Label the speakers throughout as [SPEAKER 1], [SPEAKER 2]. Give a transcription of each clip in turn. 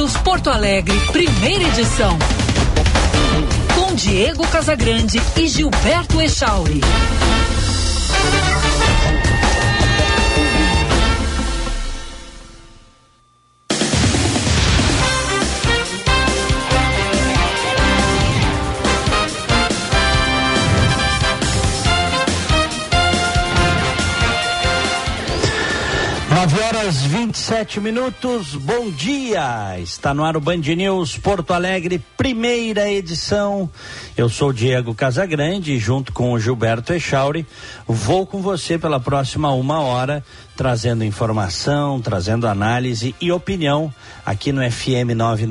[SPEAKER 1] News Porto Alegre, primeira edição. Com Diego Casagrande e Gilberto Echauri.
[SPEAKER 2] Horas 27 minutos, bom dia, está no ar o Band News Porto Alegre, primeira edição. Eu sou o Diego Casagrande e junto com o Gilberto Echauri vou com você pela próxima 1 hora, trazendo informação, trazendo análise e opinião aqui no FM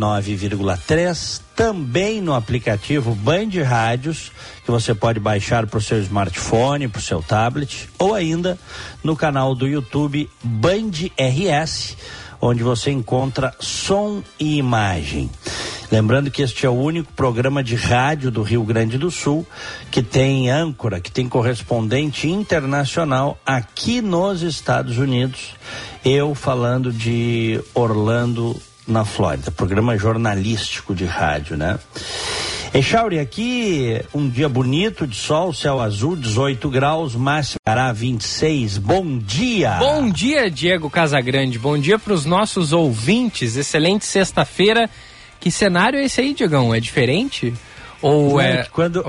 [SPEAKER 2] 99,3, também no aplicativo Band Rádios, que você pode baixar para o seu smartphone, para o seu tablet, ou ainda no canal do YouTube Band RS, onde você encontra som e imagem. Lembrando que este é o único programa de rádio do Rio Grande do Sul que tem âncora, que tem correspondente internacional aqui nos Estados Unidos. Eu falando de Orlando, na Flórida, programa jornalístico de rádio, né? Echauri, aqui um dia bonito de sol, céu azul, 18 graus, máximo para 26. Bom dia!
[SPEAKER 3] Bom dia, Diego Casagrande. Bom dia para os nossos ouvintes. Excelente sexta-feira. Que cenário é esse aí, Diegão? É diferente? Ou é...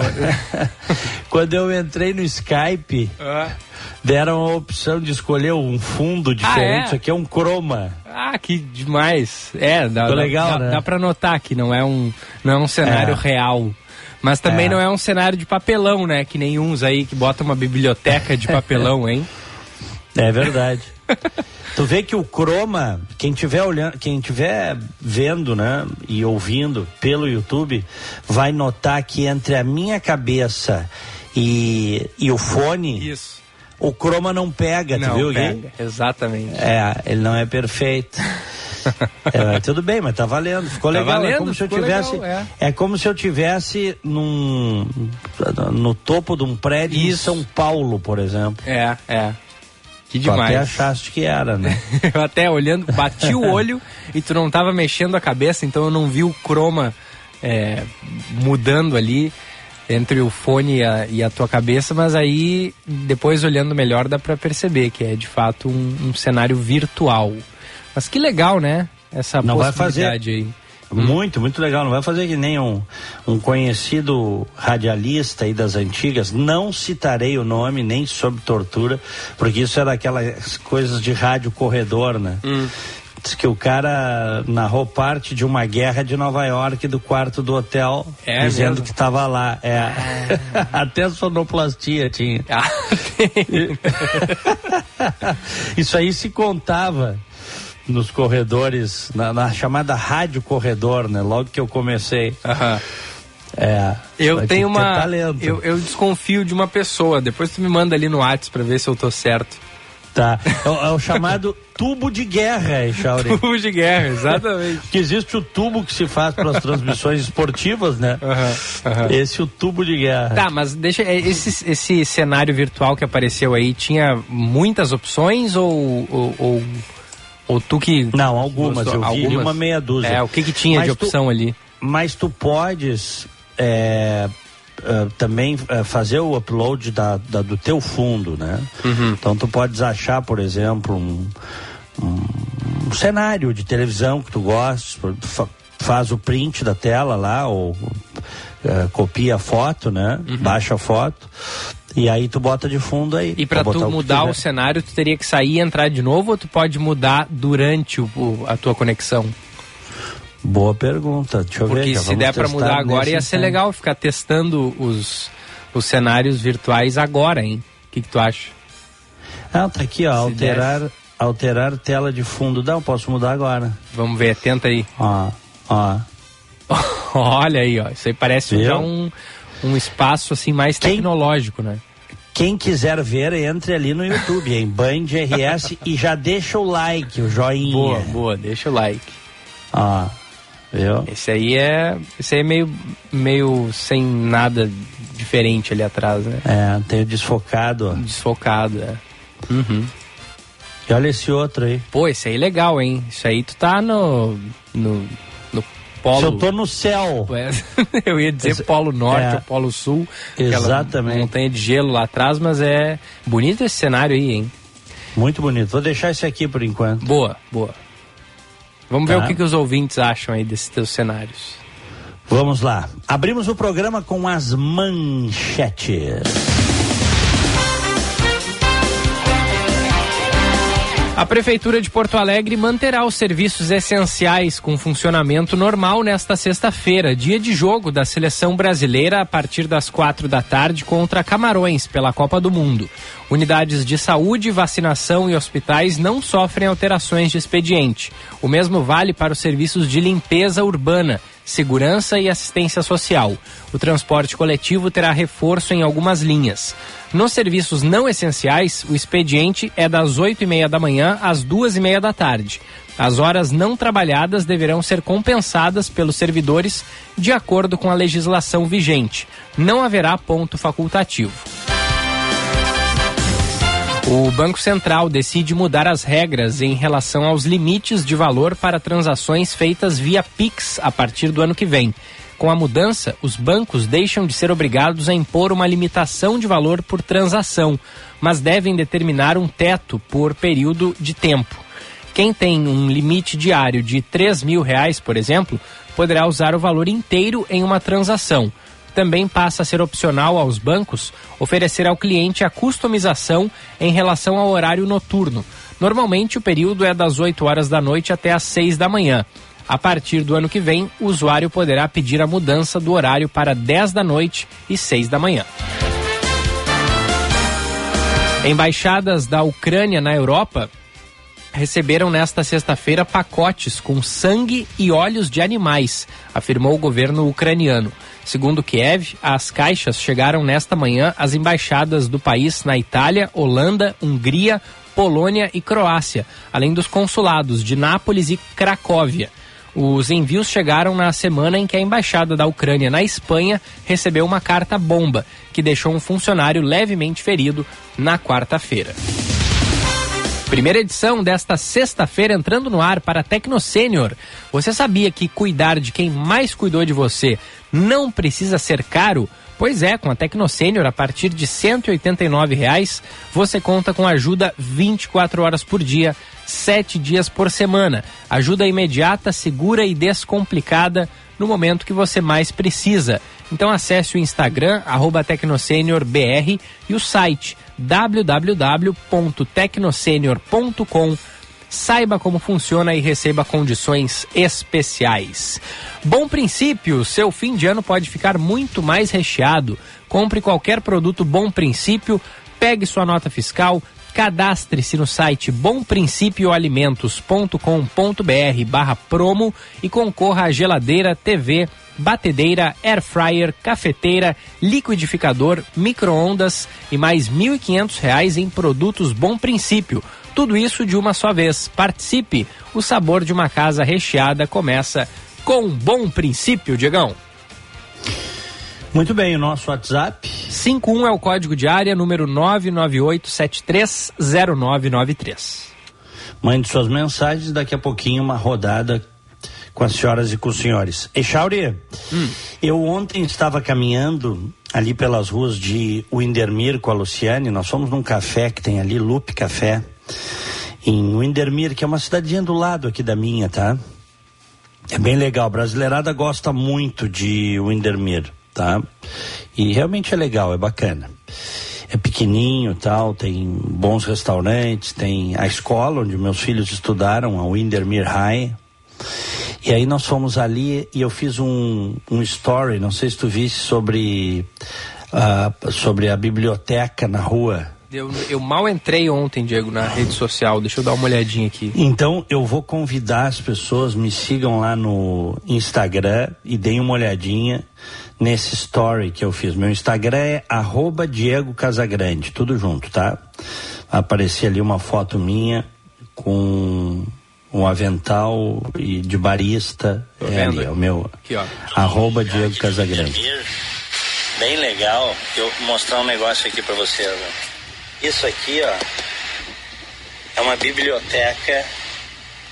[SPEAKER 2] Quando eu entrei no Skype, deram a opção de escolher um fundo diferente. Isso aqui é um croma.
[SPEAKER 3] Ah, que demais.
[SPEAKER 2] Legal, né?
[SPEAKER 3] Dá pra notar que não é um cenário real. Mas também não é um cenário de papelão, né? Que nem uns aí que botam uma biblioteca de papelão, hein?
[SPEAKER 2] É verdade. Tu vê que o croma, quem tiver vendo, né, e ouvindo pelo YouTube, vai notar que entre a minha cabeça e o fone,
[SPEAKER 3] isso,
[SPEAKER 2] o croma não pega, tu viu?
[SPEAKER 3] Pega, exatamente.
[SPEAKER 2] Ele não é perfeito. Tudo bem, mas tá valendo, ficou legal.
[SPEAKER 3] Valendo,
[SPEAKER 2] é como se eu tivesse no topo de um prédio em São Paulo, por exemplo.
[SPEAKER 3] Que demais.
[SPEAKER 2] Tu até achaste que era, né?
[SPEAKER 3] Eu até olhando, bati o olho e tu não tava mexendo a cabeça, então eu não vi o croma mudando ali entre o fone e a tua cabeça, mas aí depois olhando melhor dá pra perceber que é de fato um cenário virtual. Mas que legal, né? Essa
[SPEAKER 2] não
[SPEAKER 3] possibilidade aí.
[SPEAKER 2] Muito, muito legal. Não vai fazer que nem um conhecido radialista aí das antigas. Não citarei o nome, nem sob tortura, porque isso era aquelas coisas de rádio corredor, né? Diz que o cara narrou parte de uma guerra de Nova York do quarto do hotel, dizendo mesmo que estava lá. Até sonoplastia tinha. Isso aí se contava nos corredores, na chamada rádio corredor, né? Logo que eu comecei.
[SPEAKER 3] Eu tenho eu desconfio de uma pessoa. Depois tu me manda ali no WhatsApp pra ver se eu tô certo.
[SPEAKER 2] Tá. É o chamado tubo de guerra, Echauri.
[SPEAKER 3] Tubo de guerra, exatamente.
[SPEAKER 2] Que existe o tubo que se faz para as transmissões esportivas, né? Esse é o tubo de guerra.
[SPEAKER 3] Tá, mas deixa. Esse cenário virtual que apareceu aí tinha muitas opções ou tu que...
[SPEAKER 2] Não, algumas. Eu vi uma meia dúzia.
[SPEAKER 3] O que tinha de opção ali?
[SPEAKER 2] Mas tu podes também fazer o upload do teu fundo, né? Então tu podes achar, por exemplo, um cenário de televisão que tu gostes, faz o print da tela lá, ou copia a foto, né? Baixa a foto. E aí tu bota de fundo aí.
[SPEAKER 3] E pra tu mudar o cenário, tu teria que sair e entrar de novo, ou tu pode mudar durante a tua conexão?
[SPEAKER 2] Boa pergunta, deixa eu ver.
[SPEAKER 3] Porque se der pra mudar agora, ia ser legal ficar testando os cenários virtuais agora, hein? O que tu acha?
[SPEAKER 2] Tá aqui, ó, alterar tela de fundo. Não, posso mudar agora.
[SPEAKER 3] Vamos ver, tenta aí.
[SPEAKER 2] Ó.
[SPEAKER 3] Olha aí, ó, isso aí parece já um espaço assim mais tecnológico, né?
[SPEAKER 2] Quem quiser ver, entre ali no YouTube, em Band RS, e já deixa o like, o joinha.
[SPEAKER 3] Boa, deixa o like.
[SPEAKER 2] Viu?
[SPEAKER 3] Esse aí é meio sem nada diferente ali atrás, né?
[SPEAKER 2] Tem o desfocado.
[SPEAKER 3] Desfocado,
[SPEAKER 2] E olha esse outro aí.
[SPEAKER 3] Pô, esse aí é legal, hein? Isso aí tu tá no polo...
[SPEAKER 2] Se eu tô no céu.
[SPEAKER 3] Eu ia dizer Polo Norte ou Polo Sul.
[SPEAKER 2] Exatamente.
[SPEAKER 3] Montanha de gelo lá atrás, mas é bonito esse cenário aí, hein?
[SPEAKER 2] Muito bonito. Vou deixar esse aqui por enquanto.
[SPEAKER 3] Boa. Vamos ver o que os ouvintes acham aí desses teus cenários.
[SPEAKER 2] Vamos lá. Abrimos o programa com as manchetes.
[SPEAKER 3] A Prefeitura de Porto Alegre manterá os serviços essenciais com funcionamento normal nesta sexta-feira, dia de jogo da Seleção Brasileira a partir das 16h contra Camarões pela Copa do Mundo. Unidades de saúde, vacinação e hospitais não sofrem alterações de expediente. O mesmo vale para os serviços de limpeza urbana, segurança e assistência social. O transporte coletivo terá reforço em algumas linhas. Nos serviços não essenciais, o expediente é das 8h30 da manhã às 2h30 da tarde. As horas não trabalhadas deverão ser compensadas pelos servidores de acordo com a legislação vigente. Não haverá ponto facultativo. O Banco Central decide mudar as regras em relação aos limites de valor para transações feitas via Pix a partir do ano que vem. Com a mudança, os bancos deixam de ser obrigados a impor uma limitação de valor por transação, mas devem determinar um teto por período de tempo. Quem tem um limite diário de R$3.000, por exemplo, poderá usar o valor inteiro em uma transação. Também passa a ser opcional aos bancos oferecer ao cliente a customização em relação ao horário noturno. Normalmente, o período é das 8h da noite até às 6 da manhã. A partir do ano que vem, o usuário poderá pedir a mudança do horário para 10 da noite e 6 da manhã. Embaixadas da Ucrânia na Europa receberam nesta sexta-feira pacotes com sangue e óleos de animais, afirmou o governo ucraniano. Segundo Kiev, as caixas chegaram nesta manhã às embaixadas do país na Itália, Holanda, Hungria, Polônia e Croácia, além dos consulados de Nápoles e Cracóvia. Os envios chegaram na semana em que a embaixada da Ucrânia na Espanha recebeu uma carta-bomba, que deixou um funcionário levemente ferido na quarta-feira. Primeira edição desta sexta-feira entrando no ar para Tecnosênior. Você sabia que cuidar de quem mais cuidou de você não precisa ser caro? Pois é, com a Tecnosênior, a partir de R$ 189,00, você conta com ajuda 24 horas por dia, 7 dias por semana. Ajuda imediata, segura e descomplicada no momento que você mais precisa. Então acesse o Instagram, @TecnoSeniorBR, e o site www.tecnosenior.com. Saiba como funciona e receba condições especiais. Bom Princípio, seu fim de ano pode ficar muito mais recheado. Compre qualquer produto Bom Princípio, pegue sua nota fiscal, cadastre-se no site bomprincipioalimentos.com.br/promo e concorra a geladeira, TV, batedeira, air fryer, cafeteira, liquidificador, micro-ondas e mais R$ 1.500 em produtos Bom Princípio. Tudo isso de uma só vez. Participe! O sabor de uma casa recheada começa com Bom Princípio, Diegão.
[SPEAKER 2] Muito bem, o nosso WhatsApp
[SPEAKER 3] 51 é o código de área, número 998730993.
[SPEAKER 2] Mande suas mensagens, daqui a pouquinho uma rodada com as senhoras e com os senhores. Echauri, eu ontem estava caminhando ali pelas ruas de Windermere com a Luciane. Nós fomos num café que tem ali, Lupe Café, em Windermere, que é uma cidadinha do lado aqui da minha, tá? É bem legal, a brasileirada gosta muito de Windermere, tá? E realmente é legal, é bacana. É pequenininho, tal, tem bons restaurantes, tem a escola onde meus filhos estudaram, a Windermere High. E aí nós fomos ali e eu fiz um story, não sei se tu viste, sobre a biblioteca na rua.
[SPEAKER 3] Eu mal entrei ontem, Diego, na rede social. Deixa eu dar uma olhadinha aqui.
[SPEAKER 2] Então eu vou convidar as pessoas, me sigam lá no Instagram e deem uma olhadinha nesse story que eu fiz. Meu Instagram é @Diego Casagrande, tudo junto, tá? Vai aparecer ali uma foto minha com um avental e de barista. É ali, é o meu
[SPEAKER 3] aqui, ó.
[SPEAKER 2] @Diego Casagrande.
[SPEAKER 4] Bem legal. Eu vou mostrar um negócio aqui para vocês, ó. Isso aqui, ó, é uma biblioteca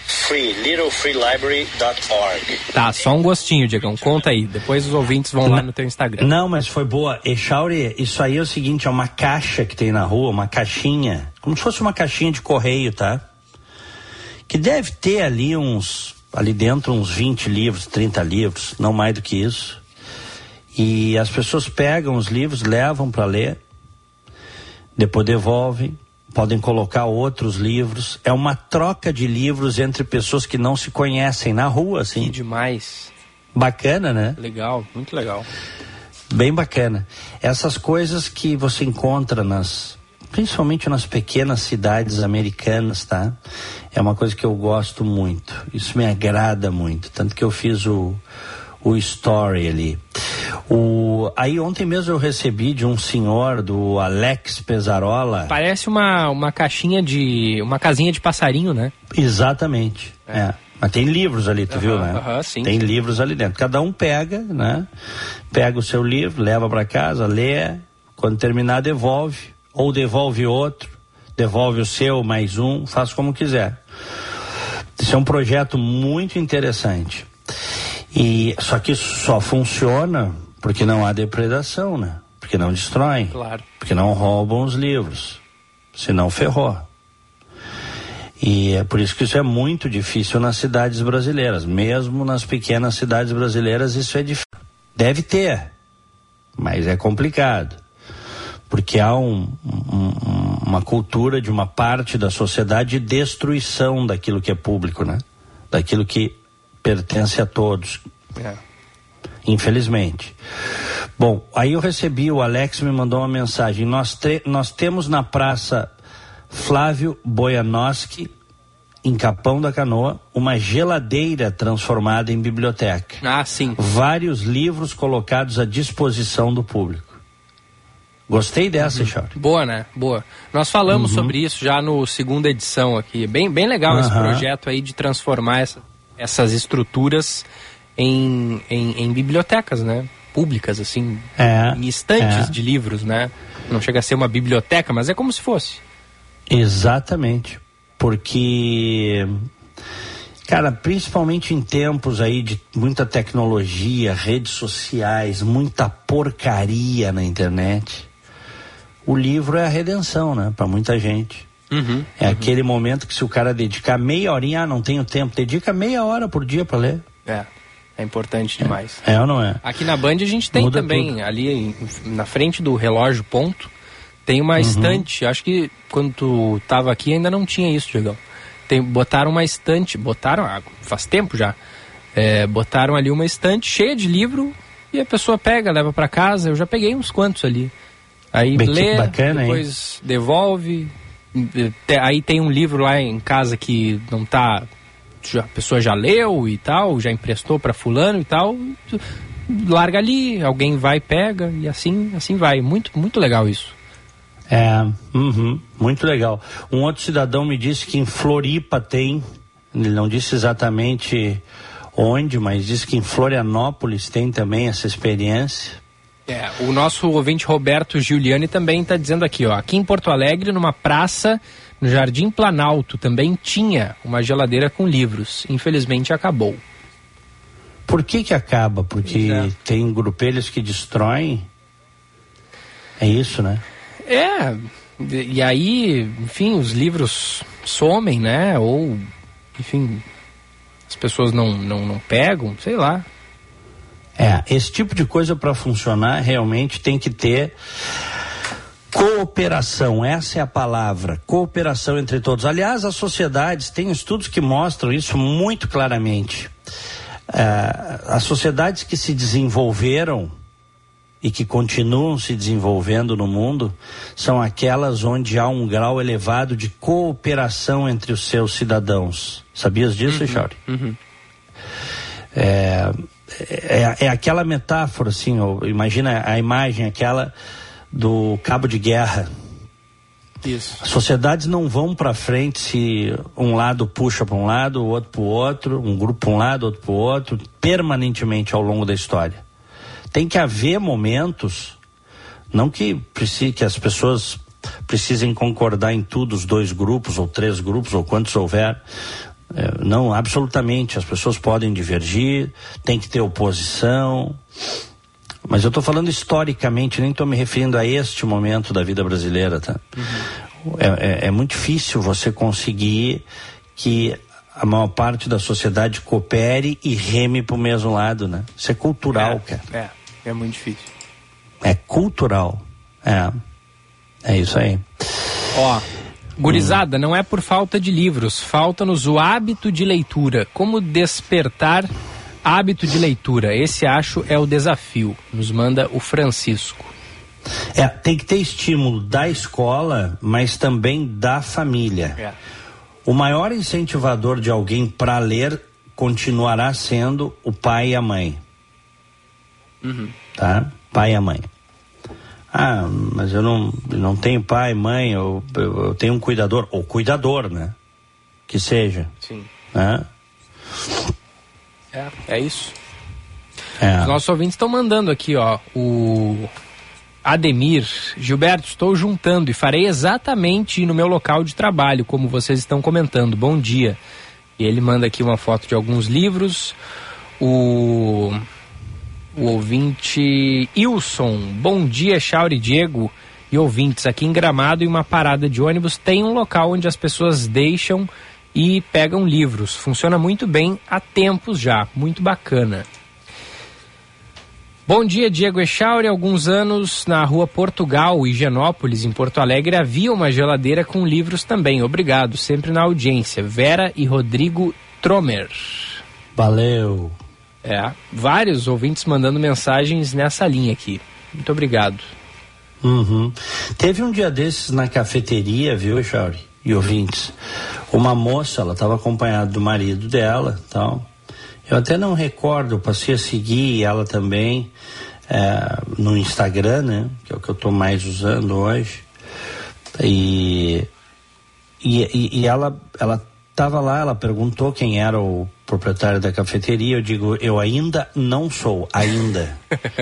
[SPEAKER 4] littlefreelibrary.org.
[SPEAKER 3] Tá, só um gostinho, Diegão. Conta aí. Depois os ouvintes vão lá no teu Instagram.
[SPEAKER 2] Não, mas foi boa. Echauri, isso aí é o seguinte, é uma caixa que tem na rua, uma caixinha, como se fosse uma caixinha de correio, tá? Que deve ter ali dentro uns 20 livros, 30 livros, não mais do que isso. E as pessoas pegam os livros, levam para ler, depois devolvem, podem colocar outros livros. É uma troca de livros entre pessoas que não se conhecem na rua, assim.
[SPEAKER 3] Que demais.
[SPEAKER 2] Bacana, né?
[SPEAKER 3] Legal, muito legal.
[SPEAKER 2] Bem bacana. Essas coisas que você encontra principalmente nas pequenas cidades americanas, tá? É uma coisa que eu gosto muito. Isso me agrada muito. Tanto que eu fiz o story ali. Aí ontem mesmo eu recebi de um senhor, do Alex Pesarola.
[SPEAKER 3] Parece uma caixinha uma casinha de passarinho, né?
[SPEAKER 2] Exatamente. Mas tem livros ali, tu viu, né?
[SPEAKER 3] Sim.
[SPEAKER 2] Tem livros ali dentro. Cada um pega, né? Pega o seu livro, leva para casa, lê. Quando terminar, devolve. Ou devolve outro. Devolve o seu, mais um. Faz como quiser. Isso é um projeto muito interessante. Só que isso só funciona porque não há depredação, né? Porque não destroem.
[SPEAKER 3] Claro.
[SPEAKER 2] Porque não roubam os livros. Senão ferrou. E é por isso que isso é muito difícil nas cidades brasileiras. Mesmo nas pequenas cidades brasileiras isso é difícil. Deve ter, mas é complicado. Porque há uma cultura de uma parte da sociedade de destruição daquilo que é público, né? Daquilo que pertence a todos. Infelizmente. Bom, aí eu recebi, o Alex me mandou uma mensagem. Nós temos na Praça Flávio Bojanowski, em Capão da Canoa, uma geladeira transformada em biblioteca.
[SPEAKER 3] Ah, sim.
[SPEAKER 2] Vários livros colocados à disposição do público. Gostei dessa, Charles.
[SPEAKER 3] Boa, né? Boa. Nós falamos sobre isso já no segunda edição aqui. Bem legal esse projeto aí de transformar essas estruturas em bibliotecas, né? Públicas, assim, em estantes de livros, né? Não chega a ser uma biblioteca, mas é como se fosse.
[SPEAKER 2] Exatamente. Porque, cara, principalmente em tempos aí de muita tecnologia, redes sociais, muita porcaria na internet, o livro é a redenção, né? Para muita gente. Aquele momento que se o cara dedicar meia horinha, não tenho tempo, dedica meia hora por dia para ler.
[SPEAKER 3] É importante demais.
[SPEAKER 2] É ou não é?
[SPEAKER 3] Aqui na Band a gente tem
[SPEAKER 2] Muda
[SPEAKER 3] também,
[SPEAKER 2] tudo.
[SPEAKER 3] ali na frente do relógio ponto, tem uma estante. Acho que quando tu tava aqui ainda não tinha isso, Diegão. Botaram uma estante, faz tempo já, botaram ali uma estante cheia de livro e a pessoa pega, leva para casa. Eu já peguei uns quantos ali. Aí lê,
[SPEAKER 2] bacana,
[SPEAKER 3] depois devolve. Aí tem um livro lá em casa que não tá... A pessoa já leu e tal, já emprestou para fulano e tal, larga ali, alguém vai, pega e assim vai. Muito, muito legal isso.
[SPEAKER 2] Muito legal. Um outro cidadão me disse que em Floripa tem, ele não disse exatamente onde, mas disse que em Florianópolis tem também essa experiência.
[SPEAKER 3] O nosso ouvinte Roberto Giuliani também está dizendo aqui, aqui em Porto Alegre, numa praça, no Jardim Planalto, também tinha uma geladeira com livros. Infelizmente acabou.
[SPEAKER 2] Por que acaba? Porque tem grupelhos que destroem? É isso, né?
[SPEAKER 3] E aí, enfim, os livros somem, né? Ou, enfim, as pessoas não pegam, sei lá.
[SPEAKER 2] Esse tipo de coisa para funcionar realmente tem que ter cooperação, essa é a palavra, cooperação entre todos. Aliás, as sociedades, tem estudos que mostram isso muito claramente. As sociedades que se desenvolveram e que continuam se desenvolvendo no mundo são aquelas onde há um grau elevado de cooperação entre os seus cidadãos. Sabias disso, Chauri? É aquela metáfora, assim, imagina a imagem aquela do cabo de guerra.
[SPEAKER 3] Isso.
[SPEAKER 2] As sociedades não vão para frente se um lado puxa para um lado, o outro para o outro, um grupo para um lado, outro para o outro, permanentemente ao longo da história. Tem que haver momentos, não que as pessoas precisem concordar em tudo, os dois grupos, ou três grupos, ou quantos houver. Não, absolutamente, as pessoas podem divergir, tem que ter oposição, mas eu estou falando historicamente, nem estou me referindo a este momento da vida brasileira, tá? É muito difícil você conseguir que a maior parte da sociedade coopere e reme para o mesmo lado, né? Isso é cultural, cara.
[SPEAKER 3] É muito difícil.
[SPEAKER 2] É cultural, é isso aí.
[SPEAKER 3] Ó, gurizada, não é por falta de livros, falta-nos o hábito de leitura. Como despertar hábito de leitura? Esse, acho, é o desafio. Nos manda o Francisco.
[SPEAKER 2] Tem que ter estímulo da escola, mas também da família. O maior incentivador de alguém para ler continuará sendo o pai e a mãe. Tá? Pai e a mãe. Mas eu não tenho pai, mãe, eu tenho um cuidador, ou cuidador, né? Que seja.
[SPEAKER 3] Sim.
[SPEAKER 2] Né?
[SPEAKER 3] É isso. Os nossos ouvintes estão mandando aqui, ó, o Ademir: Gilberto, estou juntando e farei exatamente no meu local de trabalho, como vocês estão comentando. Bom dia. E ele manda aqui uma foto de alguns livros. O ouvinte Ilson: bom dia, Chauri, Diego e ouvintes. Aqui em Gramado, em uma parada de ônibus, tem um local onde as pessoas deixam e pegam livros. Funciona muito bem há tempos já, muito bacana. Bom dia, Diego Echauri. Há alguns anos, na rua Portugal, Higienópolis, em Porto Alegre, havia uma geladeira com livros também. Obrigado, sempre na audiência. Vera e Rodrigo Tromer.
[SPEAKER 2] Valeu.
[SPEAKER 3] Vários ouvintes mandando mensagens nessa linha aqui. Muito obrigado.
[SPEAKER 2] Teve um dia desses na cafeteria, viu, Echauri? E ouvintes, uma moça, ela estava acompanhada do marido dela, tal. Eu até não recordo, eu passei a seguir ela também no Instagram, né? Que é o que eu estou mais usando hoje. E ela estava lá, ela perguntou quem era o proprietário da cafeteria. Eu digo, eu ainda não sou, ainda.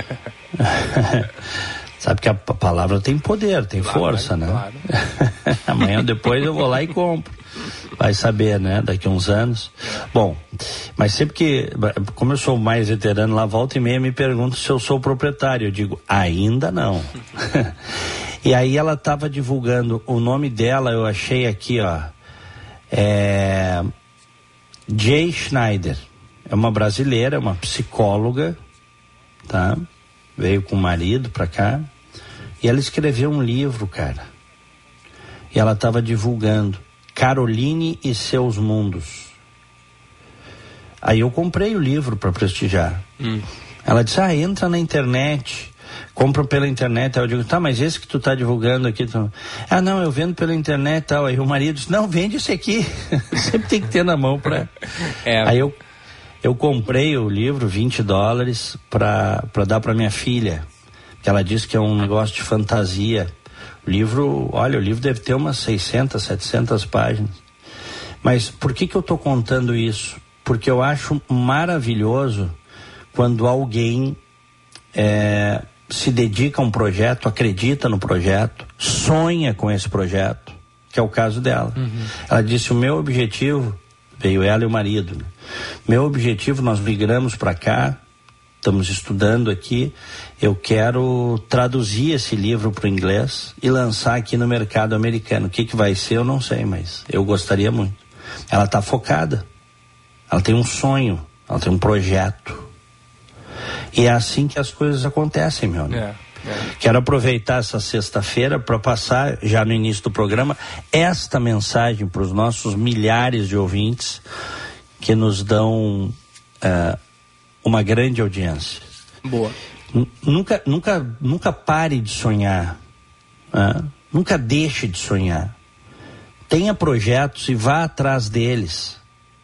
[SPEAKER 2] Sabe que a palavra tem poder, tem força, né? Claro. Amanhã ou depois eu vou lá e compro. Vai saber, né? Daqui a uns anos. Bom, mas sempre que, como eu sou mais veterano, lá volta e meia me pergunto se eu sou o proprietário. Eu digo, ainda não. E aí ela estava divulgando o nome dela, eu achei aqui, ó. Jay Schneider. É uma brasileira, uma psicóloga, tá? Veio com o marido pra cá. E ela escreveu um livro, cara. E ela estava divulgando Caroline e seus mundos. Aí eu comprei o livro para prestigiar. Ela disse, entra na internet, compra pela internet. Aí eu digo, tá, mas esse que tu tá divulgando aqui, não, eu vendo pela internet, tal. Aí o marido disse, não, vende esse aqui. Sempre tem que ter na mão pra... Aí eu comprei o livro, $20, para dar para minha filha, que ela disse que é um negócio de fantasia. O livro deve ter umas 600, 700 páginas. Mas por que eu estou contando isso? Porque eu acho maravilhoso quando alguém se dedica a um projeto, acredita no projeto, sonha com esse projeto, que é o caso dela. Ela disse, o meu objetivo, veio ela e o marido, né? Meu objetivo, nós migramos para cá, estamos estudando aqui, eu quero traduzir esse livro para o inglês e lançar aqui no mercado americano. O que vai ser, eu não sei, mas eu gostaria muito. Ela está focada, ela tem um sonho, ela tem um projeto. E é assim que as coisas acontecem, meu amigo. Quero aproveitar essa sexta-feira para passar, já no início do programa, esta mensagem para os nossos milhares de ouvintes que nos dão uma grande audiência.
[SPEAKER 3] Boa.
[SPEAKER 2] Nunca pare de sonhar. Nunca deixe de sonhar. Tenha projetos e vá atrás deles.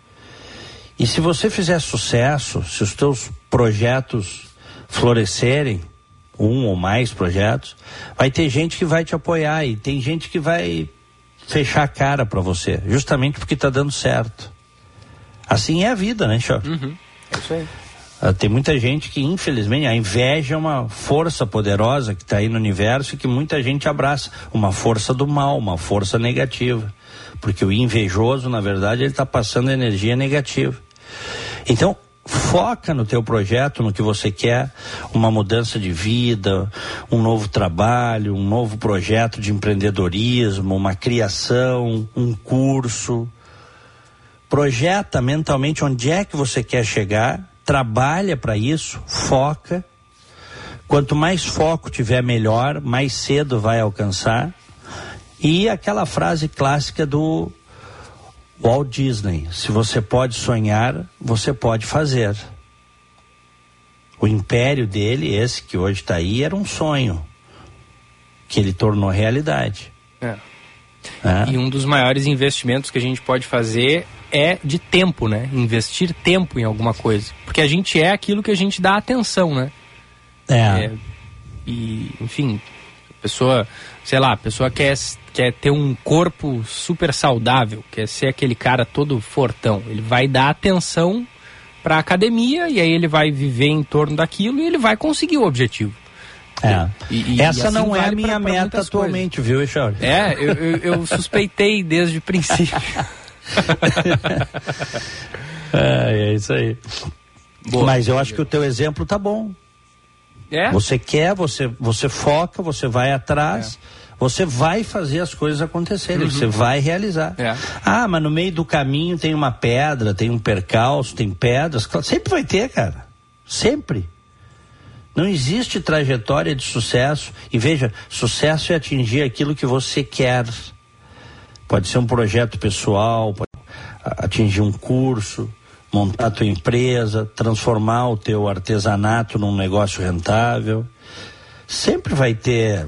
[SPEAKER 2] E se você fizer sucesso, se os teus projetos florescerem, um ou mais projetos, vai ter gente que vai te apoiar e tem gente que vai fechar a cara para você, justamente porque está dando certo. Assim é a vida, né, Chor?
[SPEAKER 3] É isso aí.
[SPEAKER 2] Tem muita gente que, infelizmente, a inveja é uma força poderosa que está aí no universo e que muita gente abraça. Uma força do mal, uma força negativa. Porque o invejoso, na verdade, ele está passando energia negativa. Então, foca no teu projeto, no que você quer, uma mudança de vida, um novo trabalho, um novo projeto de empreendedorismo, uma criação, um curso. Projeta mentalmente onde é que você quer chegar, trabalha para isso, foca. Quanto mais foco tiver, melhor, mais cedo vai alcançar. E aquela frase clássica do Walt Disney: se você pode sonhar, você pode fazer. O império dele, esse que hoje está aí, era um sonho que ele tornou realidade.
[SPEAKER 3] E um dos maiores investimentos que a gente pode fazer é de tempo, né? Investir tempo em alguma coisa. Porque a gente é aquilo que a gente dá atenção, né? E, enfim, a pessoa quer ter um corpo super saudável, quer ser aquele cara todo fortão. Ele vai dar atenção para a academia e aí ele vai viver em torno daquilo e ele vai conseguir o objetivo.
[SPEAKER 2] Essa não é a minha meta atualmente, viu, Echauri?
[SPEAKER 3] Eu suspeitei desde o princípio.
[SPEAKER 2] É isso aí. Boa. Mas eu acho que o teu exemplo tá bom. Você quer, você foca, você vai atrás, você vai fazer as coisas acontecerem, você vai realizar. Mas no meio do caminho tem uma pedra, tem um percalço, tem pedras, sempre vai ter, cara, sempre. Não existe trajetória de sucesso. E veja, sucesso é atingir aquilo que você quer. Pode ser um projeto pessoal, pode atingir um curso, montar a tua empresa, transformar o teu artesanato num negócio rentável. Sempre vai ter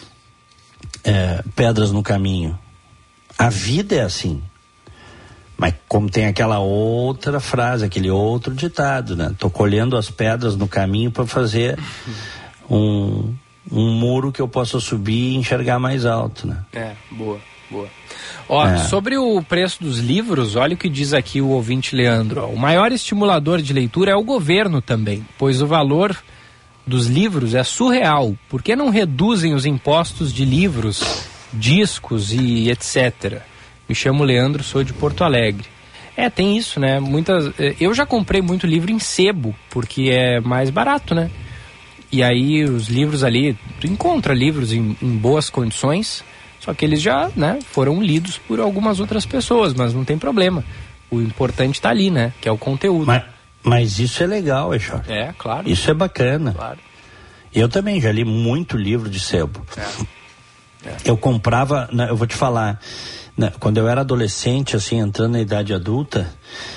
[SPEAKER 2] pedras no caminho. A vida é assim. Mas como tem aquela outra frase, aquele outro ditado, né? Tô colhendo as pedras no caminho para fazer um muro que eu possa subir e enxergar mais alto, né?
[SPEAKER 3] Boa. Sobre o preço dos livros, olha o que diz aqui o ouvinte Leandro. O maior estimulador de leitura é o governo também, pois o valor dos livros é surreal. Por que não reduzem os impostos de livros, discos e etc.? Me chamo Leandro, sou de Porto Alegre. Tem isso, né? Eu já comprei muito livro em sebo, porque é mais barato, né? E aí os livros ali, tu encontra livros em boas condições, só que eles já, né, foram lidos por algumas outras pessoas, mas não tem problema. O importante está ali, né? Que é o conteúdo.
[SPEAKER 2] Mas isso é legal, Echauri.
[SPEAKER 3] Claro.
[SPEAKER 2] Isso é bacana.
[SPEAKER 3] Claro.
[SPEAKER 2] Eu também já li muito livro de sebo. Eu comprava, eu vou te falar, quando eu era adolescente, assim, entrando na idade adulta,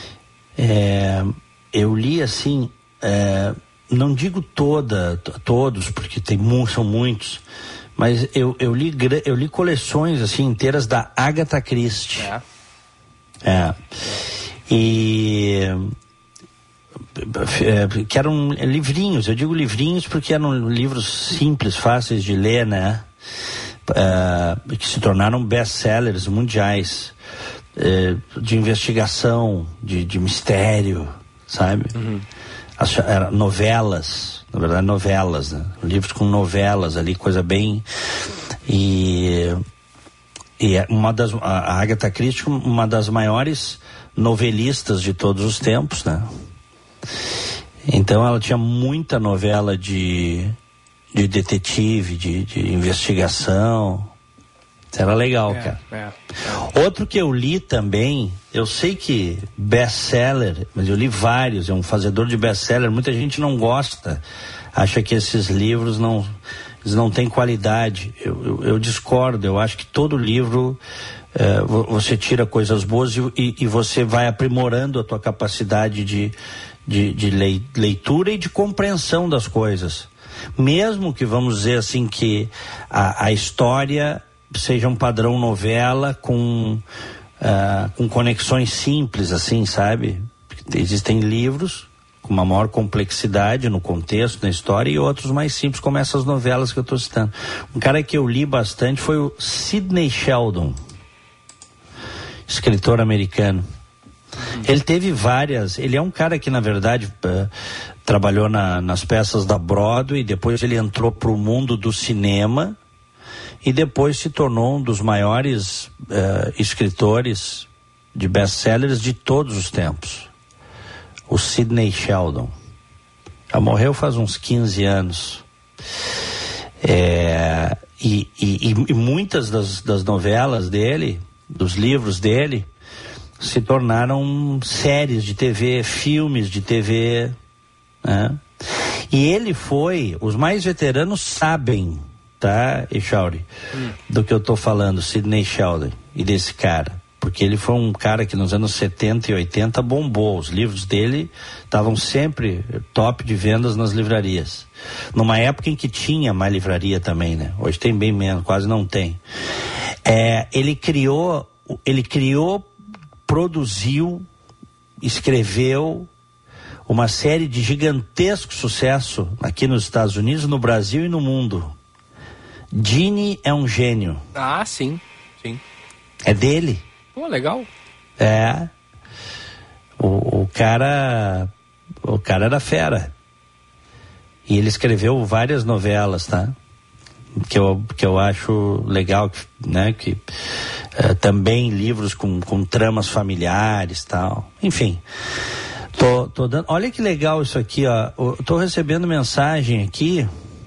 [SPEAKER 2] eu li assim, não digo todos, porque são muitos, mas eu li coleções assim inteiras da Agatha Christie. Que eram livrinhos, eu digo livrinhos porque eram livros simples, fáceis de ler, né? Que se tornaram best-sellers mundiais, de investigação, de mistério, sabe? Novelas, na verdade novelas, né? Livros com novelas ali, coisa bem... E a Agatha Christie, uma das maiores novelistas de todos os tempos, né? Então ela tinha muita novela de detetive, de investigação. Isso era legal, cara. Outro que eu li também, eu sei que best-seller, mas eu li vários, é um fazedor de best-seller, muita gente não gosta, acha que esses livros não têm qualidade. Eu discordo, eu acho que todo livro você tira coisas boas e você vai aprimorando a tua capacidade de leitura e de compreensão das coisas. Mesmo que, vamos dizer assim, que a história seja um padrão novela com conexões simples, assim, sabe? Existem livros com uma maior complexidade no contexto, na história, e outros mais simples, como essas novelas que eu estou citando. Um cara que eu li bastante foi o Sidney Sheldon, escritor americano. Ele teve várias, ele é um cara que na verdade trabalhou nas peças da Broadway, depois ele entrou pro mundo do cinema e depois se tornou um dos maiores escritores de best-sellers de todos os tempos. O Sidney Sheldon. Já morreu faz uns 15 anos. E muitas das novelas dele, dos livros dele, se tornaram séries de TV, filmes de TV, né? E ele foi, os mais veteranos sabem, tá, Echauri, do que eu tô falando, Sidney Sheldon, e desse cara. Porque ele foi um cara que nos anos 70 e 80 bombou. Os livros dele estavam sempre top de vendas nas livrarias. Numa época em que tinha mais livraria também, né? Hoje tem bem menos, quase não tem. Ele criou, produziu, escreveu uma série de gigantesco sucesso aqui nos Estados Unidos, no Brasil e no mundo. Gene é um gênio.
[SPEAKER 3] Ah, sim, sim.
[SPEAKER 2] É dele.
[SPEAKER 3] Pô, legal.
[SPEAKER 2] O cara era fera. E ele escreveu várias novelas, tá? Que eu acho legal, né? Também livros com tramas familiares, tal. Enfim. Tô dando. Olha que legal isso aqui, ó. Tô recebendo mensagem aqui.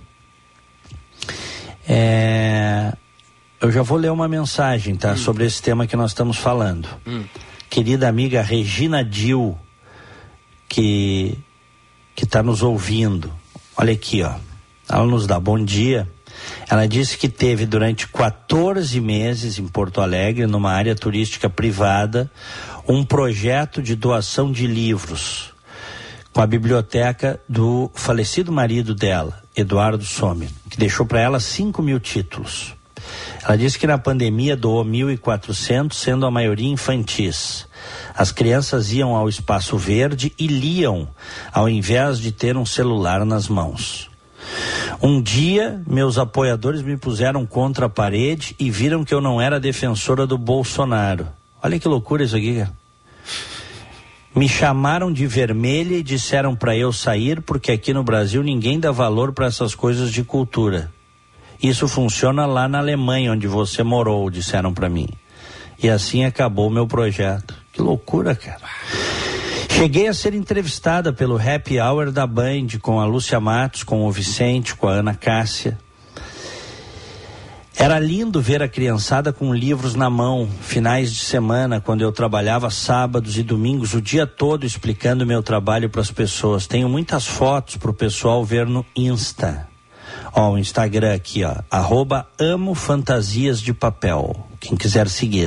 [SPEAKER 2] Eu já vou ler uma mensagem, tá? Sobre esse tema que nós estamos falando. Querida amiga Regina Dil, que está nos ouvindo. Olha aqui, ó. Ela nos dá bom dia. Ela disse que teve durante 14 meses em Porto Alegre, numa área turística privada, um projeto de doação de livros com a biblioteca do falecido marido dela, Eduardo Sommer, que deixou para ela 5.000 títulos. Ela disse que na pandemia doou 1.400, sendo a maioria infantis. As crianças iam ao espaço verde e liam, ao invés de ter um celular nas mãos. Um dia, meus apoiadores me puseram contra a parede e viram que eu não era defensora do Bolsonaro. Olha que loucura isso aqui, cara. Me chamaram de vermelha e disseram para eu sair, porque aqui no Brasil ninguém dá valor para essas coisas de cultura. Isso funciona lá na Alemanha, onde você morou, disseram para mim. E assim acabou o meu projeto. Que loucura, cara. Cheguei a ser entrevistada pelo Happy Hour da Band, com a Lúcia Matos, com o Vicente, com a Ana Cássia. Era lindo ver a criançada com livros na mão, finais de semana, quando eu trabalhava sábados e domingos, o dia todo explicando meu trabalho para as pessoas. Tenho muitas fotos para o pessoal ver no Insta. O Instagram aqui, ó, @amofantasiasdepapel. Quem quiser seguir,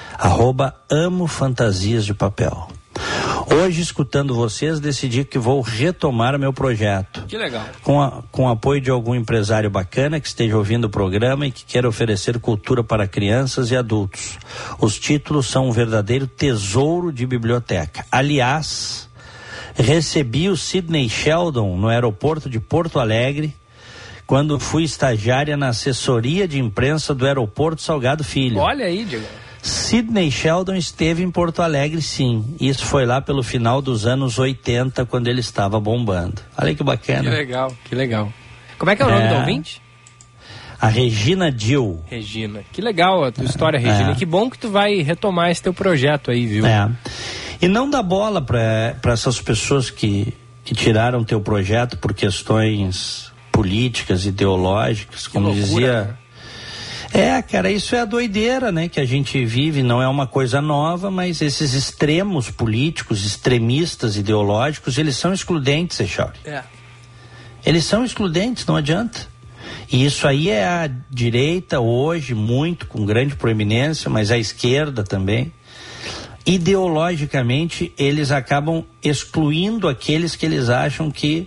[SPEAKER 2] @amofantasiasdepapel. Hoje, escutando vocês, decidi que vou retomar meu projeto.
[SPEAKER 3] Que legal.
[SPEAKER 2] Com apoio de algum empresário bacana que esteja ouvindo o programa e que queira oferecer cultura para crianças e adultos. Os títulos são um verdadeiro tesouro de biblioteca. Aliás, recebi o Sidney Sheldon no aeroporto de Porto Alegre, quando fui estagiária na assessoria de imprensa do aeroporto Salgado Filho.
[SPEAKER 3] Olha aí, Diego.
[SPEAKER 2] Sidney Sheldon esteve em Porto Alegre, sim. Isso foi lá pelo final dos anos 80, quando ele estava bombando. Olha que bacana.
[SPEAKER 3] Que legal, que legal. Como é que é o nome do ouvinte?
[SPEAKER 2] A Regina Dil.
[SPEAKER 3] Regina. Que legal a tua história, Regina. E que bom que tu vai retomar esse teu projeto aí, viu?
[SPEAKER 2] E não dá bola para essas pessoas que tiraram teu projeto por questões políticas, ideológicas, como loucura, dizia... Cara, isso é a doideira, né, que a gente vive, não é uma coisa nova, mas esses extremos políticos, extremistas ideológicos, eles são excludentes, Echauri. Eles são excludentes, não adianta. E isso aí é a direita hoje, muito, com grande proeminência, mas a esquerda também. Ideologicamente, eles acabam excluindo aqueles que eles acham que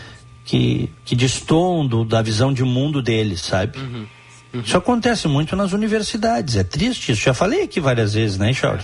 [SPEAKER 2] destoam da visão de mundo deles, sabe? Isso acontece muito nas universidades, é triste isso, já falei aqui várias vezes, né, Chauri?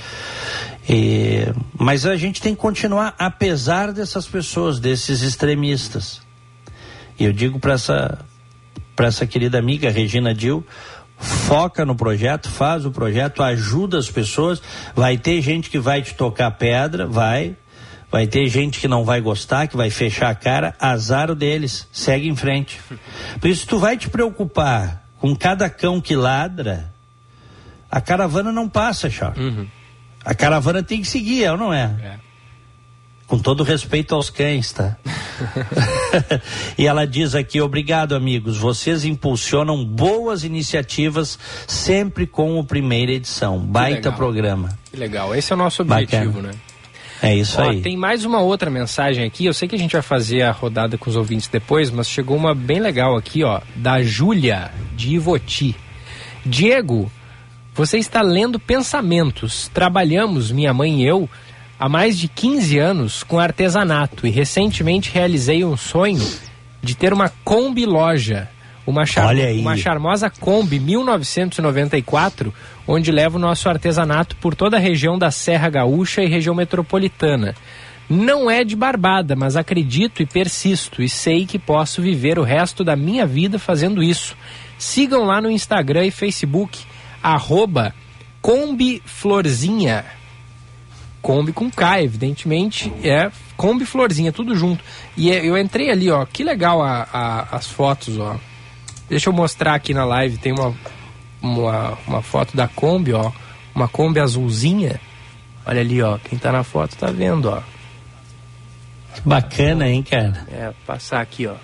[SPEAKER 2] Mas a gente tem que continuar, apesar dessas pessoas, desses extremistas. E eu digo para essa querida amiga Regina Dil, foca no projeto, faz o projeto, ajuda as pessoas. Vai ter gente que vai te tocar pedra, vai ter gente que não vai gostar, que vai fechar a cara, azar deles, segue em frente. Por isso, tu vai te preocupar com cada cão que ladra, a caravana não passa, Charles. A caravana tem que seguir, é ou não é? Com todo respeito aos cães, tá? E ela diz aqui: obrigado, amigos, vocês impulsionam boas iniciativas sempre com o Primeira Edição. Baita programa.
[SPEAKER 3] Que legal, esse é o nosso objetivo,
[SPEAKER 2] bacana,
[SPEAKER 3] né?
[SPEAKER 2] É isso aí.
[SPEAKER 3] Tem mais uma outra mensagem aqui, eu sei que a gente vai fazer a rodada com os ouvintes depois, mas chegou uma bem legal aqui, ó, da Júlia, de Ivoti. Diego, você está lendo pensamentos. Trabalhamos, minha mãe e eu, há mais de 15 anos com artesanato e recentemente realizei um sonho de ter uma Kombi loja, uma charmosa Kombi 1994, onde leva o nosso artesanato por toda a região da Serra Gaúcha e região metropolitana. Não é de barbada, mas acredito e persisto e sei que posso viver o resto da minha vida fazendo isso. Sigam lá no Instagram e Facebook, @Kombiflorzinha. Kombi com K, evidentemente, é Kombi Florzinha, tudo junto. E eu entrei ali, ó, que legal as fotos, ó. Deixa eu mostrar aqui na live, tem uma foto da Kombi, ó, uma Kombi azulzinha. Olha ali, ó, quem tá na foto tá vendo, ó.
[SPEAKER 2] Bacana, hein, cara?
[SPEAKER 3] Passar aqui, ó.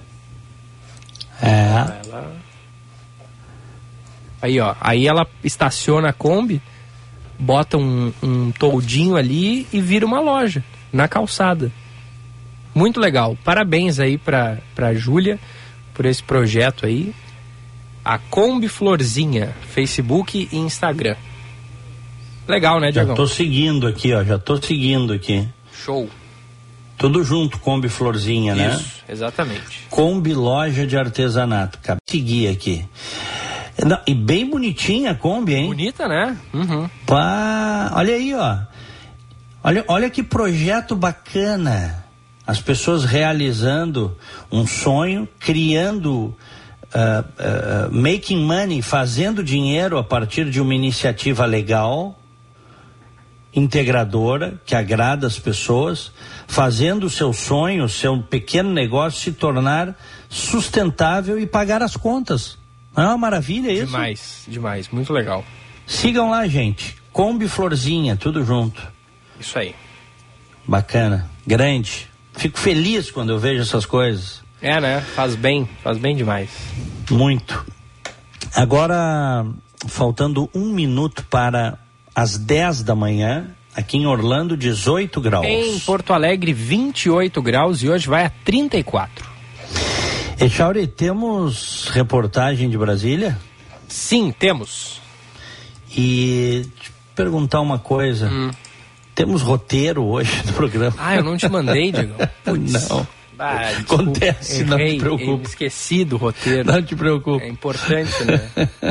[SPEAKER 3] Aí, ó, aí ela estaciona a Kombi, bota um toldinho ali e vira uma loja na calçada. Muito legal. Parabéns aí pra Júlia por esse projeto aí. A Kombi Florzinha, Facebook e Instagram. Legal, né, Diagão?
[SPEAKER 2] Já tô seguindo aqui.
[SPEAKER 3] Show.
[SPEAKER 2] Tudo junto, Kombi Florzinha, né?
[SPEAKER 3] Isso, exatamente.
[SPEAKER 2] Kombi Loja de Artesanato. Acabei de seguir aqui. Não, e bem bonitinha a Kombi, hein?
[SPEAKER 3] Bonita, né?
[SPEAKER 2] Pá, olha aí, ó. Olha que projeto bacana. As pessoas realizando um sonho, criando, making money, fazendo dinheiro a partir de uma iniciativa legal, integradora, que agrada as pessoas, fazendo o seu sonho, o seu pequeno negócio se tornar sustentável e pagar as contas. Não é uma maravilha isso?
[SPEAKER 3] Demais, muito legal.
[SPEAKER 2] Sigam lá, gente. Kombi Florzinha, tudo junto.
[SPEAKER 3] Isso aí.
[SPEAKER 2] Bacana, grande. Fico feliz quando eu vejo essas coisas.
[SPEAKER 3] É, né? Faz bem demais.
[SPEAKER 2] Muito. Agora, faltando 1 minuto para as 10 da manhã, aqui em Orlando, 18 graus.
[SPEAKER 3] Em Porto Alegre, 28 graus e hoje vai a 34.
[SPEAKER 2] Echauri, temos reportagem de Brasília?
[SPEAKER 3] Sim, temos.
[SPEAKER 2] E te perguntar uma coisa. Temos roteiro hoje no programa?
[SPEAKER 3] Eu não te mandei, Diego.
[SPEAKER 2] Não. Acontece,
[SPEAKER 3] errei,
[SPEAKER 2] não te preocupe.
[SPEAKER 3] Esqueci do roteiro.
[SPEAKER 2] Não te preocupe.
[SPEAKER 3] É importante, né?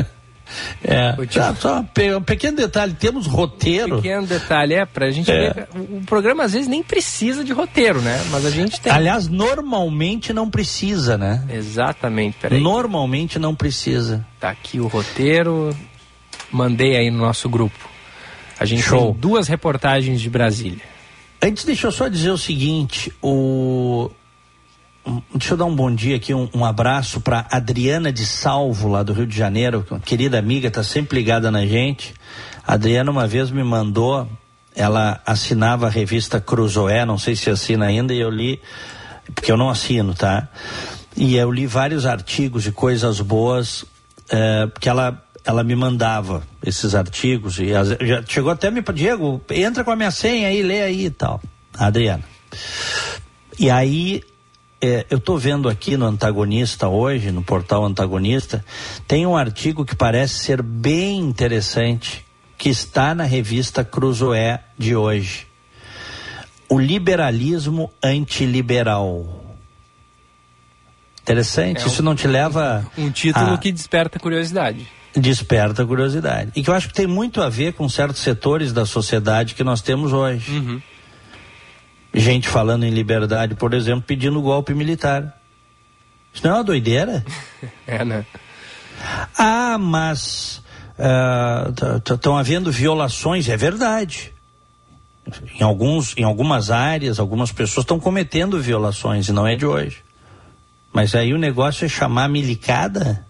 [SPEAKER 2] Só um pequeno detalhe, temos roteiro.
[SPEAKER 3] Pequeno detalhe, pra gente ver. O programa às vezes nem precisa de roteiro, né? Mas a gente tem.
[SPEAKER 2] Aliás, normalmente não precisa, né?
[SPEAKER 3] Exatamente, peraí.
[SPEAKER 2] Normalmente não precisa.
[SPEAKER 3] Tá aqui o roteiro, mandei aí no nosso grupo. A gente tem 2 reportagens de Brasília.
[SPEAKER 2] Antes, deixa eu só dizer o seguinte, deixa eu dar um bom dia aqui, um abraço para Adriana de Salvo, lá do Rio de Janeiro, uma querida amiga, tá sempre ligada na gente. A Adriana uma vez me mandou, ela assinava a revista Cruzoé, não sei se assina ainda, e eu li, porque eu não assino, tá? E eu li vários artigos e coisas boas, porque ela me mandava esses artigos, e já chegou até me para Diego, entra com a minha senha aí, lê aí e tal. A Adriana. E aí, eu tô vendo aqui no Antagonista hoje, no portal Antagonista, tem um artigo que parece ser bem interessante, que está na revista Cruzoé de hoje. O liberalismo antiliberal. Interessante, isso não te leva...
[SPEAKER 3] Um título que desperta curiosidade.
[SPEAKER 2] Desperta curiosidade. E que eu acho que tem muito a ver com certos setores da sociedade que nós temos hoje. Gente falando em liberdade, por exemplo, pedindo golpe militar. Isso não é uma doideira?
[SPEAKER 3] Né?
[SPEAKER 2] Mas estão havendo violações, é verdade. Em algumas áreas, algumas pessoas estão cometendo violações, e não é de hoje. Mas aí o negócio é chamar a milicada,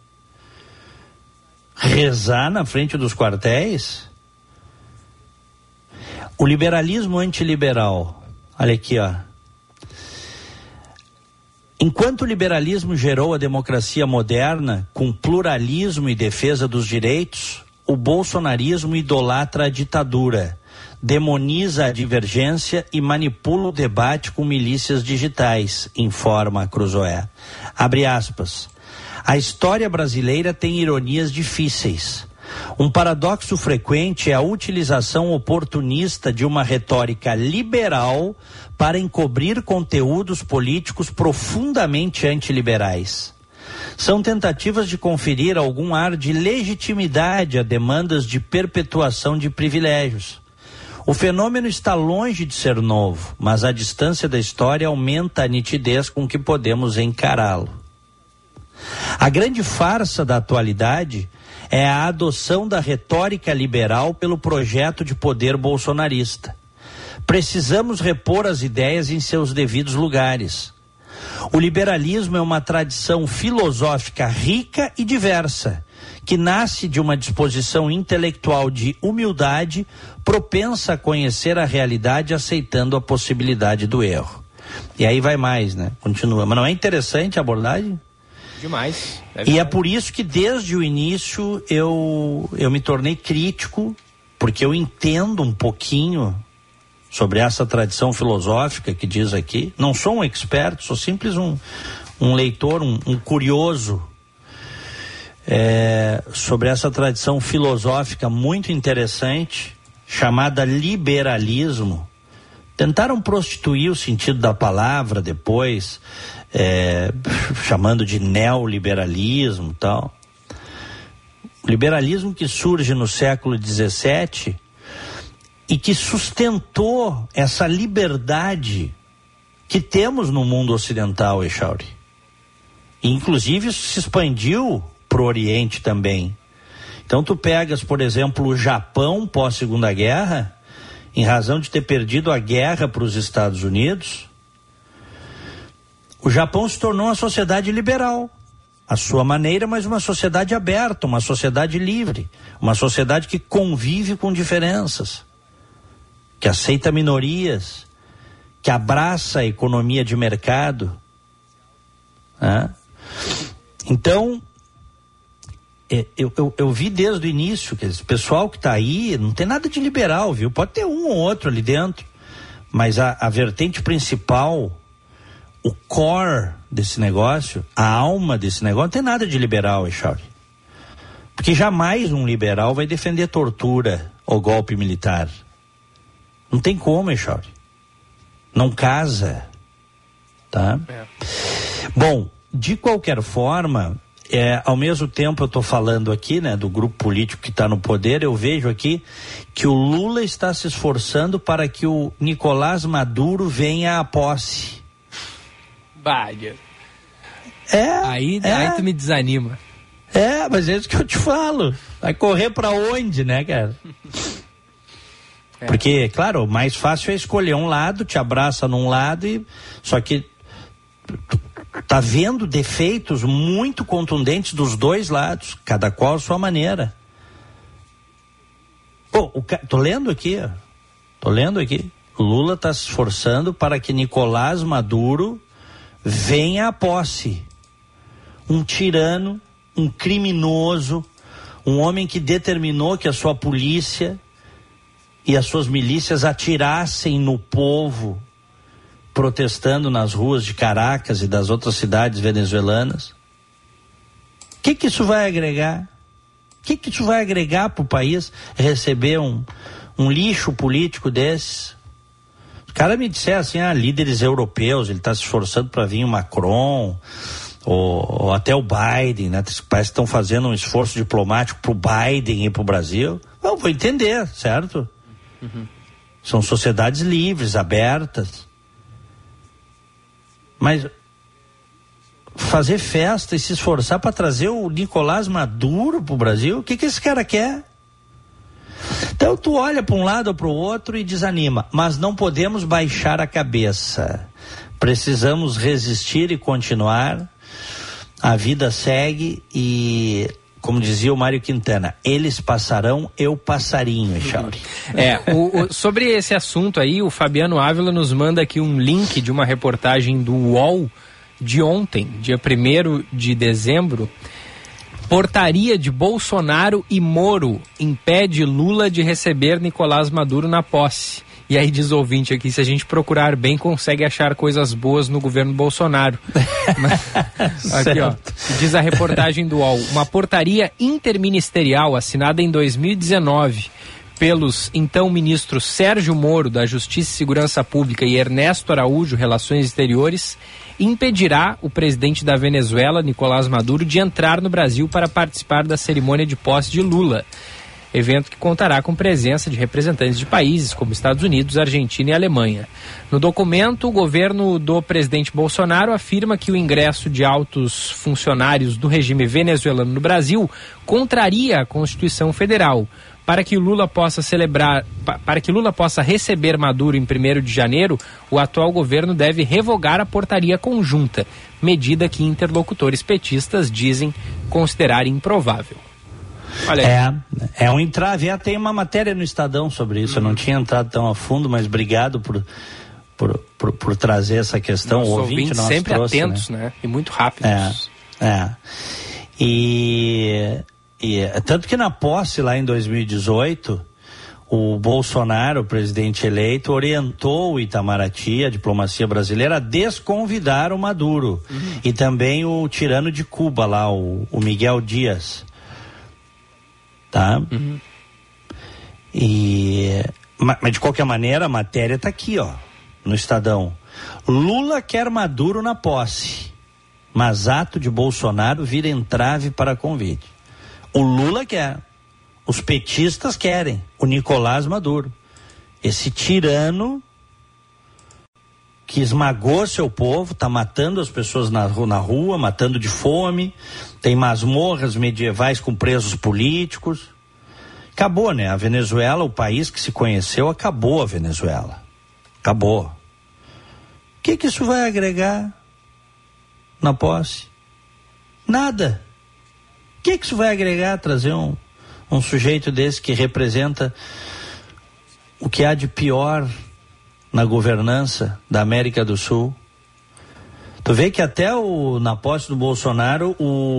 [SPEAKER 2] rezar na frente dos quartéis. O liberalismo antiliberal, olha aqui, ó. Enquanto o liberalismo gerou a democracia moderna, com pluralismo e defesa dos direitos, o bolsonarismo idolatra a ditadura, demoniza a divergência e manipula o debate com milícias digitais, informa a Cruzoé. Abre aspas. A história brasileira tem ironias difíceis. Um paradoxo frequente é a utilização oportunista de uma retórica liberal para encobrir conteúdos políticos profundamente antiliberais. São tentativas de conferir algum ar de legitimidade a demandas de perpetuação de privilégios. O fenômeno está longe de ser novo, mas a distância da história aumenta a nitidez com que podemos encará-lo. A grande farsa da atualidade é a adoção da retórica liberal pelo projeto de poder bolsonarista. Precisamos repor as ideias em seus devidos lugares. O liberalismo é uma tradição filosófica rica e diversa, que nasce de uma disposição intelectual de humildade, propensa a conhecer a realidade, aceitando a possibilidade do erro. E aí vai mais, né? Continua. Mas não é interessante a abordagem?
[SPEAKER 3] Demais.
[SPEAKER 2] E é por isso que desde o início eu me tornei crítico, porque eu entendo um pouquinho sobre essa tradição filosófica que diz aqui. Não sou um expert, sou simples um leitor, um curioso, sobre essa tradição filosófica muito interessante, chamada liberalismo. Tentaram prostituir o sentido da palavra depois, chamando de neoliberalismo e tal. O liberalismo que surge no século XVII e que sustentou essa liberdade que temos no mundo ocidental, Echauri. E, inclusive, isso se expandiu para o Oriente também. Então, tu pegas, por exemplo, o Japão pós-Segunda Guerra, em razão de ter perdido a guerra para os Estados Unidos, o Japão se tornou uma sociedade liberal, à sua maneira, mas uma sociedade aberta, uma sociedade livre, uma sociedade que convive com diferenças, que aceita minorias, que abraça a economia de mercado. Então, eu vi desde o início que esse pessoal que está aí não tem nada de liberal, viu? Pode ter um ou outro ali dentro, mas a vertente principal, o core desse negócio, a alma desse negócio, não tem nada de liberal, Echauri. Porque jamais um liberal vai defender tortura ou golpe militar. Não tem como, Echauri. Não casa. Tá? Bom, de qualquer forma, ao mesmo tempo eu estou falando aqui, né, do grupo político que está no poder, eu vejo aqui que o Lula está se esforçando para que o Nicolás Maduro venha à posse.
[SPEAKER 3] Bahia. Aí tu me desanima.
[SPEAKER 2] Mas é isso que eu te falo. Vai correr para onde, né, cara? Porque, claro, o mais fácil é escolher um lado, te abraça num lado, só que tá vendo defeitos muito contundentes dos dois lados, cada qual a sua maneira. Tô lendo aqui. O Lula está se esforçando para que Nicolás Maduro venha à posse. Um tirano, um criminoso, um homem que determinou que a sua polícia e as suas milícias atirassem no povo protestando nas ruas de Caracas e das outras cidades venezuelanas. O que isso vai agregar? O que isso vai agregar para o país receber um lixo político desses? Os caras me disseram assim, líderes europeus, ele está se esforçando para vir o Macron, ou até o Biden, né? Parece que estão fazendo um esforço diplomático para o Biden ir para o Brasil. Eu vou entender, certo? Uhum. São sociedades livres, abertas. Mas fazer festa e se esforçar para trazer o Nicolás Maduro pro Brasil? O que esse cara quer? Então tu olha para um lado ou para o outro e desanima, mas não podemos baixar a cabeça. Precisamos resistir e continuar. A vida segue e, como dizia o Mário Quintana, eles passarão, eu passarinho, Echauri.
[SPEAKER 3] Sobre esse assunto aí, o Fabiano Ávila nos manda aqui um link de uma reportagem do UOL de ontem, dia 1º de dezembro. Portaria de Bolsonaro e Moro impede Lula de receber Nicolás Maduro na posse. E aí diz o ouvinte aqui, se a gente procurar bem, consegue achar coisas boas no governo Bolsonaro. Aqui, ó, diz a reportagem do UOL. Uma portaria interministerial assinada em 2019 pelos então ministros Sérgio Moro, da Justiça e Segurança Pública, e Ernesto Araújo, Relações Exteriores, impedirá o presidente da Venezuela, Nicolás Maduro, de entrar no Brasil para participar da cerimônia de posse de Lula. Evento que contará com presença de representantes de países como Estados Unidos, Argentina e Alemanha. No documento, o governo do presidente Bolsonaro afirma que o ingresso de altos funcionários do regime venezuelano no Brasil contraria a Constituição Federal. Para que Lula possa receber Maduro em 1º de janeiro, o atual governo deve revogar a portaria conjunta, medida que interlocutores petistas dizem considerar improvável.
[SPEAKER 2] Olha aí. É um entrave. Tem uma matéria no Estadão sobre isso. Eu não tinha entrado tão a fundo, mas obrigado por trazer essa questão.
[SPEAKER 3] O ouvinte sempre trouxe, atentos, né? E muito rápidos.
[SPEAKER 2] E tanto que na posse lá em 2018, o Bolsonaro, o presidente eleito, orientou o Itamaraty, a diplomacia brasileira, a desconvidar o Maduro. E também o tirano de Cuba lá, o Miguel Dias. Tá? Mas de qualquer maneira, a matéria está aqui, ó, no Estadão. Lula quer Maduro na posse, mas ato de Bolsonaro vira entrave para convite. O Lula quer, os petistas querem, o Nicolás Maduro. Esse tirano que esmagou seu povo, está matando as pessoas na rua, matando de fome, tem masmorras medievais com presos políticos. Acabou, né? A Venezuela, o país que se conheceu, acabou a Venezuela. Acabou. O que isso vai agregar na posse? Nada. O que isso vai agregar, trazer um sujeito desse que representa o que há de pior na governança da América do Sul? Tu vê que até na posse do Bolsonaro,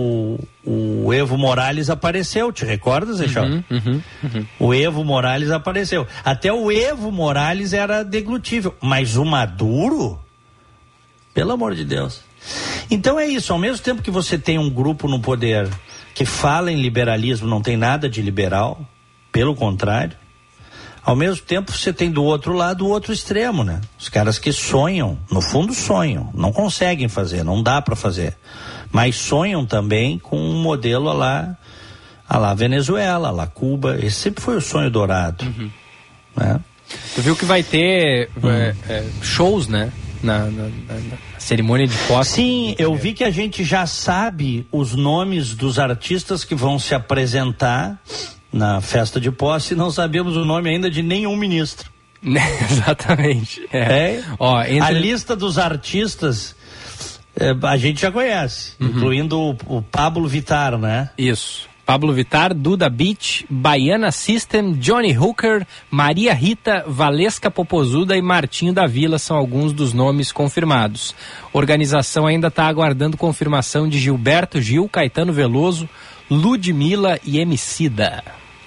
[SPEAKER 2] o Evo Morales apareceu, te recordas, Eixão? O Evo Morales apareceu. Até o Evo Morales era deglutível, mas o Maduro, pelo amor de Deus. Então é isso, ao mesmo tempo que você tem um grupo no poder que fala em liberalismo, não tem nada de liberal, pelo contrário. Ao mesmo tempo, você tem do outro lado o outro extremo, né? Os caras que sonham, no fundo sonham, não conseguem fazer, não dá para fazer. Mas sonham também com um modelo a lá Venezuela, a lá Cuba. Esse sempre foi o sonho dourado. Né?
[SPEAKER 3] Tu viu que vai ter shows, né? Na cerimônia de posse.
[SPEAKER 2] Sim, eu vi que a gente já sabe os nomes dos artistas que vão se apresentar na festa de posse, não sabemos o nome ainda de nenhum ministro.
[SPEAKER 3] Exatamente.
[SPEAKER 2] Ó, a lista dos artistas a gente já conhece, incluindo o Pablo Vittar, né?
[SPEAKER 3] Isso. Pablo Vittar, Duda Beat, Baiana System, Johnny Hooker, Maria Rita, Valesca Popozuda e Martinho da Vila são alguns dos nomes confirmados. A organização ainda está aguardando confirmação de Gilberto Gil, Caetano Veloso, Ludmilla e Emicida.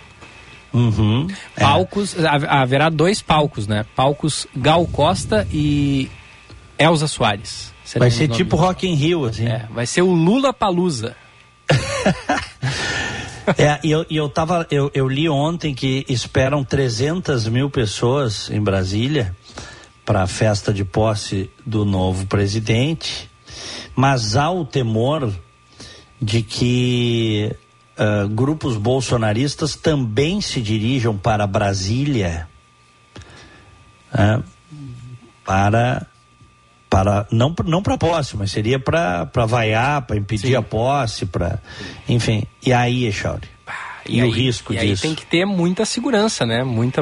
[SPEAKER 3] Palcos, haverá 2 palcos, né? Palcos Gal Costa e Elza Soares.
[SPEAKER 2] Vai ser tipo Rock in Rio, assim.
[SPEAKER 3] Vai ser o Lula Palusa.
[SPEAKER 2] Eu li ontem que esperam 300 mil pessoas em Brasília para a festa de posse do novo presidente, mas há o temor de que grupos bolsonaristas também se dirijam para Brasília para não para posse, mas seria para vaiar, para impedir a posse, enfim. E aí, Echauri? E o risco disso?
[SPEAKER 3] E aí tem que ter muita segurança, né? Muita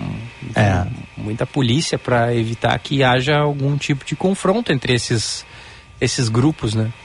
[SPEAKER 3] polícia para evitar que haja algum tipo de confronto entre esses grupos, né?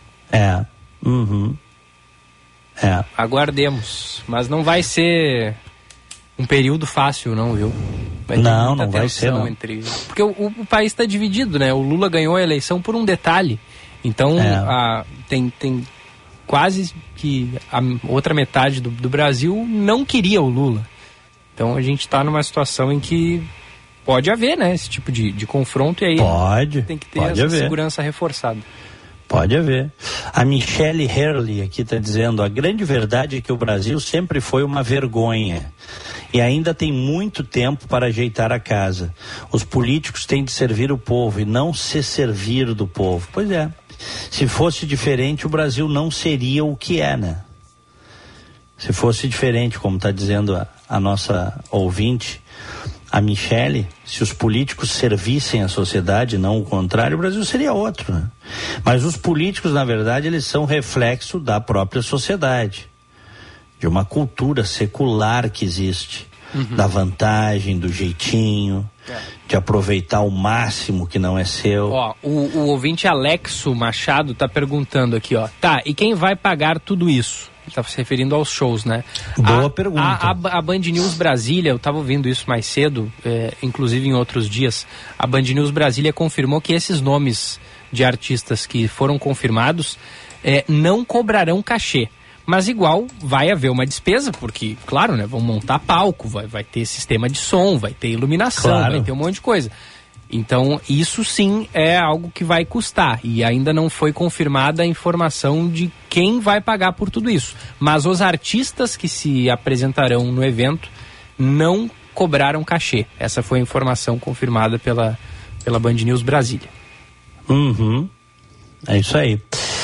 [SPEAKER 3] Aguardemos, mas não vai ser um período fácil, não, viu?
[SPEAKER 2] Não vai ser, não.
[SPEAKER 3] Porque o país está dividido, né? O Lula ganhou a eleição por um detalhe. Então, tem quase que a outra metade do Brasil não queria o Lula. Então, a gente está numa situação em que pode haver, né? Esse tipo de confronto, e aí tem que ter essa segurança reforçada.
[SPEAKER 2] Pode haver. A Michelle Hurley aqui está dizendo: a grande verdade é que o Brasil sempre foi uma vergonha e ainda tem muito tempo para ajeitar a casa. Os políticos têm de servir o povo e não se servir do povo. Pois é. Se fosse diferente, o Brasil não seria o que é, né? Se fosse diferente, como está dizendo a nossa ouvinte, a Michele, se os políticos servissem a sociedade, não o contrário, o Brasil seria outro, né? Mas os políticos, na verdade, eles são reflexo da própria sociedade, de uma cultura secular que existe, da vantagem, do jeitinho, de aproveitar o máximo que não é seu.
[SPEAKER 3] O ouvinte Alexo Machado está perguntando aqui, e quem vai pagar tudo isso? Ele está se referindo aos shows, né?
[SPEAKER 2] Boa pergunta.
[SPEAKER 3] A Band News Brasília, eu estava ouvindo isso mais cedo, inclusive em outros dias, a Band News Brasília confirmou que esses nomes de artistas que foram confirmados não cobrarão cachê. Mas igual vai haver uma despesa, porque, claro, né, vão montar palco, vai ter sistema de som, vai ter iluminação, vai ter um monte de coisa. Então, isso sim é algo que vai custar, e ainda não foi confirmada a informação de quem vai pagar por tudo isso. Mas os artistas que se apresentarão no evento não cobraram cachê. Essa foi a informação confirmada pela Band News Brasília.
[SPEAKER 2] É isso aí.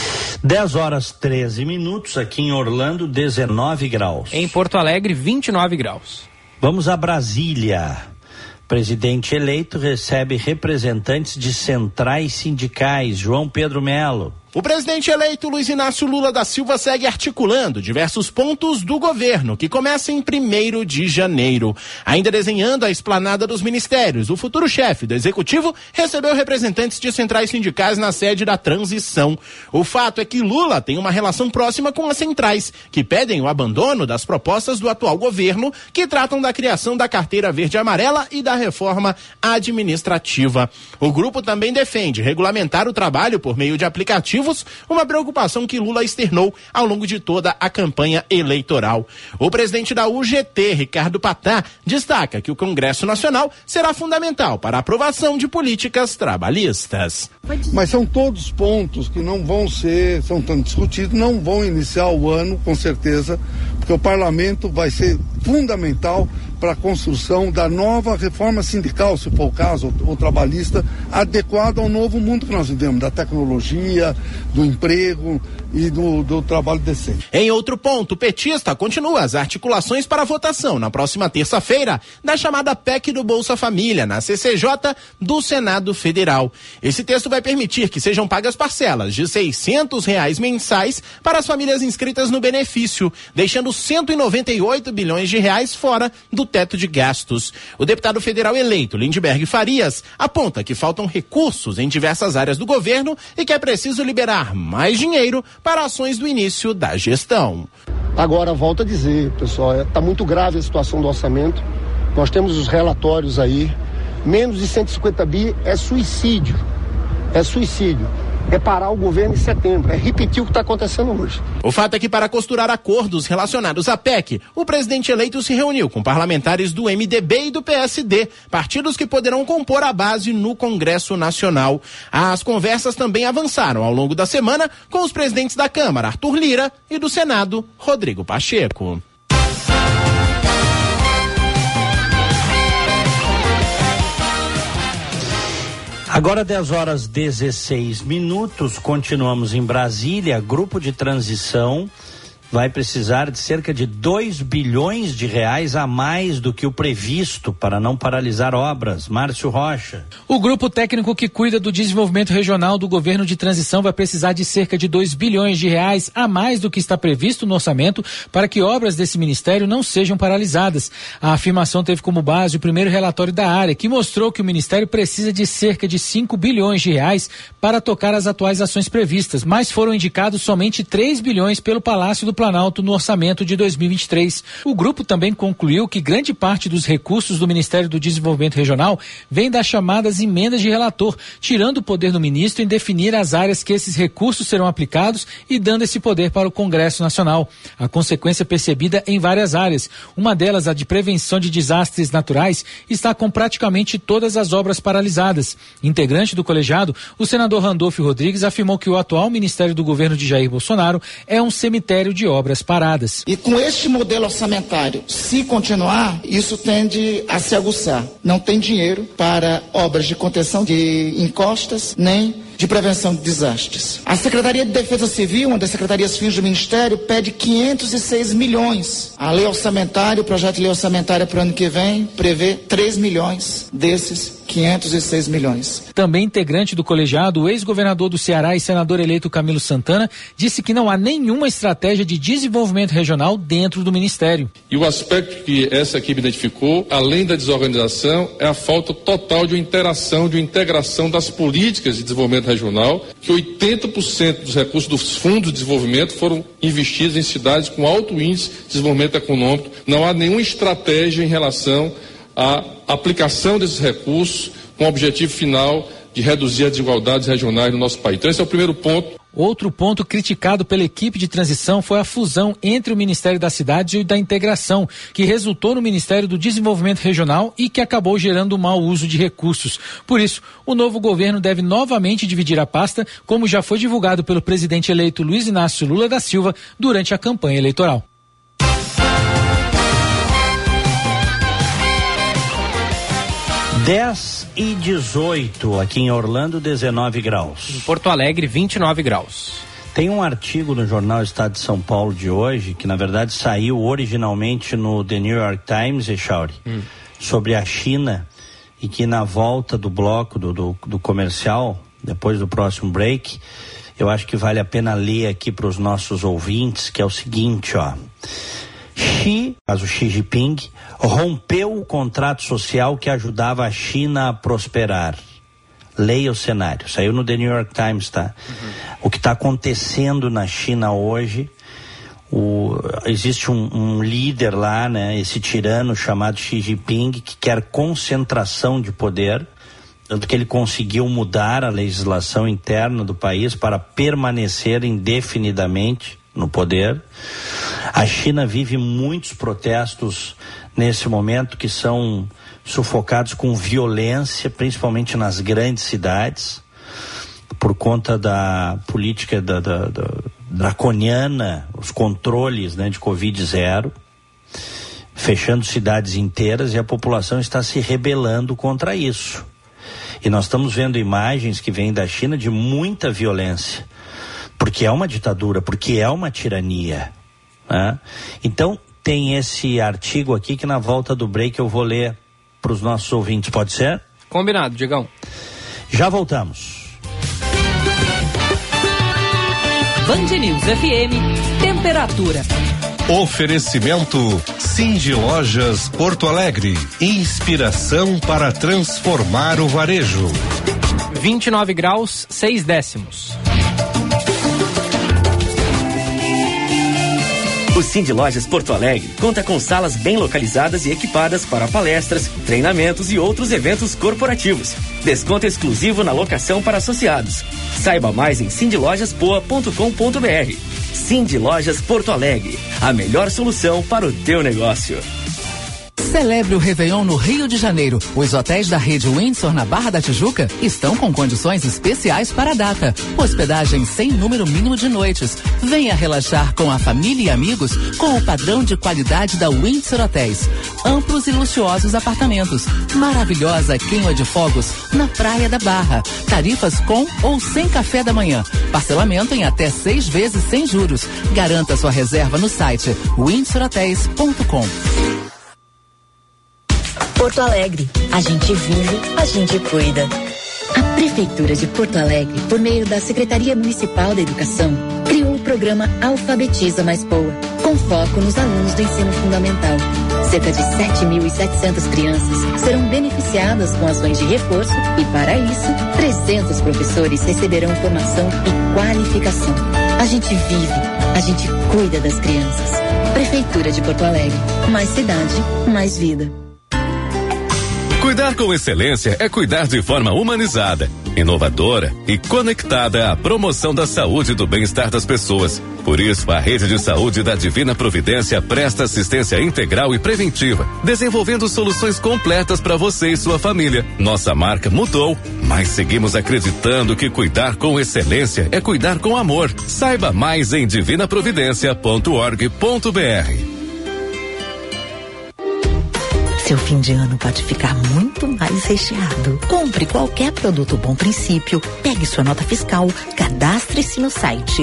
[SPEAKER 2] 10h13, aqui em Orlando, 19 graus.
[SPEAKER 3] Em Porto Alegre, 29 graus.
[SPEAKER 2] Vamos a Brasília. Presidente eleito recebe representantes de centrais sindicais. João Pedro Melo.
[SPEAKER 5] O presidente eleito Luiz Inácio Lula da Silva segue articulando diversos pontos do governo, que começa em 1º de janeiro. Ainda desenhando a esplanada dos ministérios, o futuro chefe do executivo recebeu representantes de centrais sindicais na sede da transição. O fato é que Lula tem uma relação próxima com as centrais, que pedem o abandono das propostas do atual governo, que tratam da criação da carteira verde e amarela e da reforma administrativa. O grupo também defende regulamentar o trabalho por meio de aplicativos, uma preocupação que Lula externou ao longo de toda a campanha eleitoral. O presidente da UGT, Ricardo Patá, destaca que o Congresso Nacional será fundamental para a aprovação de políticas trabalhistas.
[SPEAKER 6] Mas são todos pontos que não vão são tão discutidos, não vão iniciar o ano, com certeza, porque o parlamento vai ser fundamental para a construção da nova reforma sindical, se for o caso, ou trabalhista, adequada ao novo mundo que nós vivemos, da tecnologia, do emprego e do trabalho decente.
[SPEAKER 5] Em outro ponto, o petista continua as articulações para a votação na próxima terça-feira da chamada PEC do Bolsa Família, na CCJ do Senado Federal. Esse texto vai permitir que sejam pagas parcelas de R$600 mensais para as famílias inscritas no benefício, deixando R$198 bilhões fora do teto de gastos. O deputado federal eleito, Lindbergh Farias, aponta que faltam recursos em diversas áreas do governo e que é preciso liberar mais dinheiro para ações do início da gestão.
[SPEAKER 7] Agora, volto a dizer, pessoal, está muito grave a situação do orçamento. Nós temos os relatórios aí. Menos de 150 bi é suicídio. É suicídio. É parar o governo em setembro, é repetir o que está acontecendo hoje.
[SPEAKER 5] O fato é que, para costurar acordos relacionados à PEC, o presidente eleito se reuniu com parlamentares do MDB e do PSD, partidos que poderão compor a base no Congresso Nacional. As conversas também avançaram ao longo da semana com os presidentes da Câmara, Arthur Lira, e do Senado, Rodrigo Pacheco.
[SPEAKER 2] Agora 10h16, continuamos em Brasília. Grupo de transição vai precisar de cerca de 2 bilhões de reais a mais do que o previsto para não paralisar obras. Márcio Rocha.
[SPEAKER 8] O grupo técnico que cuida do desenvolvimento regional do governo de transição vai precisar de cerca de 2 bilhões de reais a mais do que está previsto no orçamento para que obras desse ministério não sejam paralisadas. A afirmação teve como base o primeiro relatório da área, que mostrou que o ministério precisa de cerca de 5 bilhões de reais para tocar as atuais ações previstas, mas foram indicados somente 3 bilhões pelo Palácio do Planalto no orçamento de 2023. O grupo também concluiu que grande parte dos recursos do Ministério do Desenvolvimento Regional vem das chamadas emendas de relator, tirando o poder do ministro em definir as áreas que esses recursos serão aplicados e dando esse poder para o Congresso Nacional. A consequência percebida em várias áreas. Uma delas, a de prevenção de desastres naturais, está com praticamente todas as obras paralisadas. Integrante do colegiado, o senador Randolfo Rodrigues afirmou que o atual Ministério do Governo de Jair Bolsonaro é um cemitério de obras paradas.
[SPEAKER 9] E com este modelo orçamentário, se continuar, isso tende a se aguçar. Não tem dinheiro para obras de contenção de encostas, nem de prevenção de desastres. A Secretaria de Defesa Civil, uma das secretarias fins do Ministério, pede 506 milhões. A lei orçamentária, o projeto de lei orçamentária para o ano que vem, prevê 3 milhões desses 506 milhões.
[SPEAKER 8] Também integrante do colegiado, o ex-governador do Ceará e senador eleito Camilo Santana, disse que não há nenhuma estratégia de desenvolvimento regional dentro do Ministério.
[SPEAKER 10] E o aspecto que essa equipe identificou, além da desorganização, é a falta total de interação, de integração das políticas de desenvolvimento regional, que 80% dos recursos dos fundos de desenvolvimento foram investidos em cidades com alto índice de desenvolvimento econômico. Não há nenhuma estratégia em relação à aplicação desses recursos com o objetivo final de reduzir as desigualdades regionais no nosso país. Então esse é o primeiro ponto.
[SPEAKER 8] Outro ponto criticado pela equipe de transição foi a fusão entre o Ministério das Cidades e o da Integração, que resultou no Ministério do Desenvolvimento Regional e que acabou gerando um mau uso de recursos. Por isso, o novo governo deve novamente dividir a pasta, como já foi divulgado pelo presidente eleito Luiz Inácio Lula da Silva durante a campanha eleitoral.
[SPEAKER 2] E 18, aqui em Orlando, 19 graus.
[SPEAKER 3] Em Porto Alegre, 29 graus.
[SPEAKER 2] Tem um artigo no jornal Estado de São Paulo de hoje, que na verdade saiu originalmente no The New York Times, Echauri, sobre a China, e que na volta do bloco do comercial, depois do próximo break, eu acho que vale a pena ler aqui para os nossos ouvintes, que é o seguinte, ó. O Xi Jinping, rompeu o contrato social que ajudava a China a prosperar. Leia o cenário. Saiu no The New York Times, tá? O que está acontecendo na China hoje, existe um líder lá, né? Esse tirano chamado Xi Jinping, que quer concentração de poder, tanto que ele conseguiu mudar a legislação interna do país para permanecer indefinidamente no poder. A China vive muitos protestos nesse momento que são sufocados com violência, principalmente nas grandes cidades, por conta da política da draconiana, os controles, né, de Covid-0, fechando cidades inteiras, e a população está se rebelando contra isso. E nós estamos vendo imagens que vêm da China de muita violência, porque é uma ditadura, porque é uma tirania, né? Então, tem esse artigo aqui que na volta do break eu vou ler para os nossos ouvintes, pode ser?
[SPEAKER 3] Combinado, Diegão.
[SPEAKER 2] Já voltamos.
[SPEAKER 1] Band News FM, temperatura.
[SPEAKER 11] Oferecimento Cindy Lojas Porto Alegre, inspiração para transformar o varejo.
[SPEAKER 3] 29 graus, 6 décimos.
[SPEAKER 12] O Cindy Lojas Porto Alegre conta com salas bem localizadas e equipadas para palestras, treinamentos e outros eventos corporativos. Desconto exclusivo na locação para associados. Saiba mais em cindylojaspoa.com.br. Cindy Lojas Porto Alegre, a melhor solução para o teu negócio.
[SPEAKER 13] Celebre o Réveillon no Rio de Janeiro. Os hotéis da rede Windsor na Barra da Tijuca estão com condições especiais para a data. Hospedagem sem número mínimo de noites. Venha relaxar com a família e amigos com o padrão de qualidade da Windsor Hotéis. Amplos e luxuosos apartamentos. Maravilhosa queima de fogos na Praia da Barra. Tarifas com ou sem café da manhã. Parcelamento em até 6 vezes sem juros. Garanta sua reserva no site windsorhotels.com.
[SPEAKER 14] Porto Alegre. A gente vive, a gente cuida. A Prefeitura de Porto Alegre, por meio da Secretaria Municipal da Educação, criou o programa Alfabetiza Mais Poa, com foco nos alunos do ensino fundamental. Cerca de 7.700 crianças serão beneficiadas com ações de reforço e, para isso, 300 professores receberão formação e qualificação. A gente vive, a gente cuida das crianças. Prefeitura de Porto Alegre. Mais cidade, mais vida.
[SPEAKER 15] Cuidar com excelência é cuidar de forma humanizada, inovadora e conectada à promoção da saúde e do bem-estar das pessoas. Por isso, a Rede de Saúde da Divina Providência presta assistência integral e preventiva, desenvolvendo soluções completas para você e sua família. Nossa marca mudou, mas seguimos acreditando que cuidar com excelência é cuidar com amor. Saiba mais em divinaprovidencia.org.br.
[SPEAKER 16] Seu fim de ano pode ficar muito mais recheado. Compre qualquer produto Bom Princípio, pegue sua nota fiscal, cadastre-se no site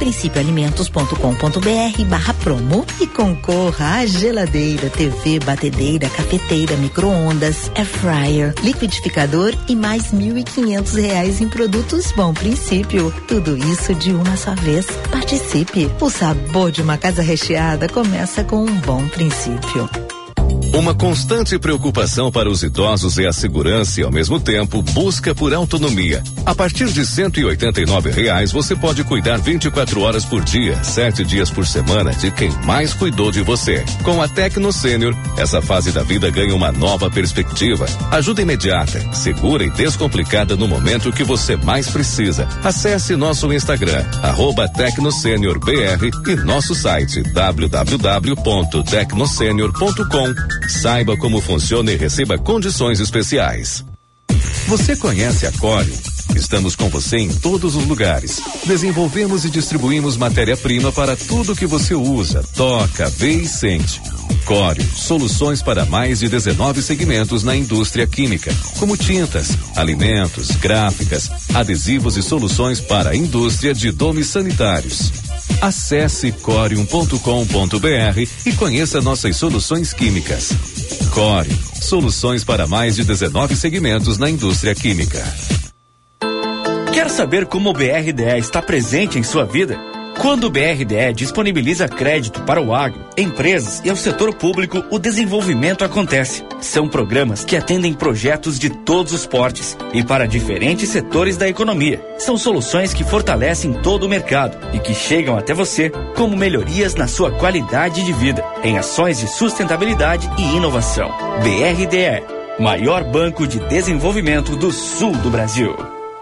[SPEAKER 16] bomprincipioalimentos.com.br/promo e concorra a geladeira, TV, batedeira, cafeteira, micro-ondas, air fryer, liquidificador e mais R$1.500 em produtos Bom Princípio. Tudo isso de uma só vez. Participe. O sabor de uma casa recheada começa com um Bom Princípio.
[SPEAKER 15] Uma constante preocupação para os idosos é a segurança e, ao mesmo tempo, busca por autonomia. A partir de R$189 você pode cuidar 24 horas por dia, 7 dias por semana de quem mais cuidou de você. Com a Tecno Sênior, essa fase da vida ganha uma nova perspectiva. Ajuda imediata, segura e descomplicada no momento que você mais precisa. Acesse nosso Instagram, @TecnoSeniorBR e nosso site www.tecnosenior.com. Saiba como funciona e receba condições especiais. Você conhece a Corium? Estamos com você em todos os lugares. Desenvolvemos e distribuímos matéria-prima para tudo que você usa, toca, vê e sente. Corium, soluções para mais de 19 segmentos na indústria química, como tintas, alimentos, gráficas, adesivos e soluções para a indústria de domes sanitários. Acesse corium.com.br e conheça nossas soluções químicas. Corium, soluções para mais de 19 segmentos na indústria química.
[SPEAKER 12] Quer saber como o BRDE está presente em sua vida? Quando o BRDE disponibiliza crédito para o agro, empresas e ao setor público, o desenvolvimento acontece. São programas que atendem projetos de todos os portes e para diferentes setores da economia. São soluções que fortalecem todo o mercado e que chegam até você como melhorias na sua qualidade de vida, em ações de sustentabilidade e inovação. BRDE, maior banco de desenvolvimento do sul do Brasil.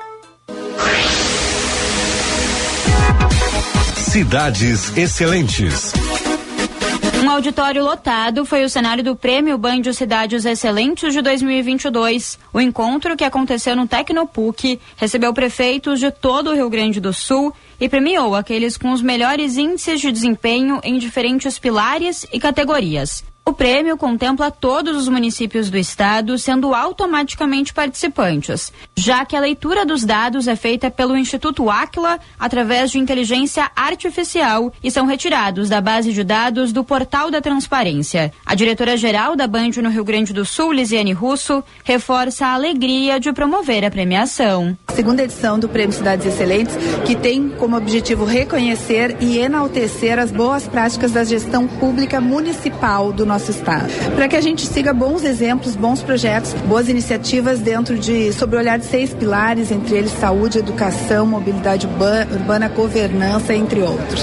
[SPEAKER 11] Cidades Excelentes.
[SPEAKER 17] Um auditório lotado foi o cenário do Prêmio Bandio Cidades Excelentes de 2022. O encontro, que aconteceu no Tecnopuc, recebeu prefeitos de todo o Rio Grande do Sul e premiou aqueles com os melhores índices de desempenho em diferentes pilares e categorias. O prêmio contempla todos os municípios do estado, sendo automaticamente participantes, já que a leitura dos dados é feita pelo Instituto Áquila através de inteligência artificial e são retirados da base de dados do Portal da Transparência. A diretora-geral da Bandio no Rio Grande do Sul, Lisiane Russo, reforça a alegria de promover a premiação.
[SPEAKER 18] Segunda edição do Prêmio Cidades Excelentes, que tem como objetivo reconhecer e enaltecer as boas práticas da gestão pública municipal do nosso estado, para que a gente siga bons exemplos, bons projetos, boas iniciativas sob o olhar de 6 pilares, entre eles saúde, educação, mobilidade urbana, governança, entre outros.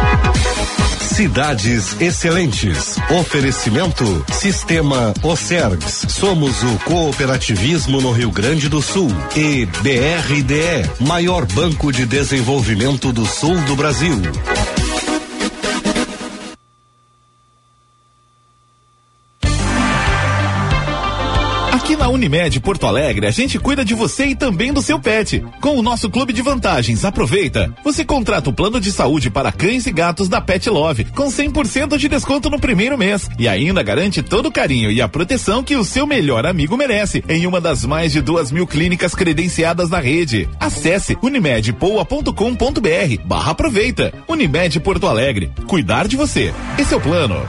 [SPEAKER 11] Cidades Excelentes. Oferecimento Sistema Ocergs. Somos o cooperativismo no Rio Grande do Sul. E BRDE, maior banco de desenvolvimento do sul do Brasil.
[SPEAKER 19] Aqui na Unimed Porto Alegre, a gente cuida de você e também do seu pet. Com o nosso clube de vantagens, aproveita. Você contrata o plano de saúde para cães e gatos da Pet Love, com 100% de desconto no primeiro mês. E ainda garante todo o carinho e a proteção que o seu melhor amigo merece, em uma das mais de 2.000 clínicas credenciadas na rede. Acesse unimedpoa.com.br/aproveita. Unimed Porto Alegre. Cuidar de você. Esse é o plano.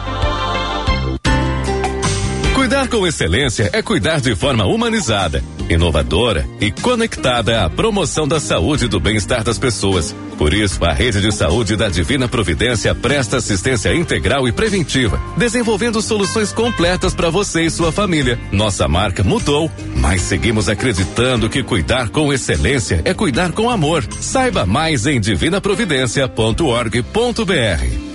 [SPEAKER 15] Cuidar com excelência é cuidar de forma humanizada, inovadora e conectada à promoção da saúde e do bem-estar das pessoas. Por isso, a Rede de Saúde da Divina Providência presta assistência integral e preventiva, desenvolvendo soluções completas para você e sua família. Nossa marca mudou, mas seguimos acreditando que cuidar com excelência é cuidar com amor. Saiba mais em divinaprovidencia.org.br.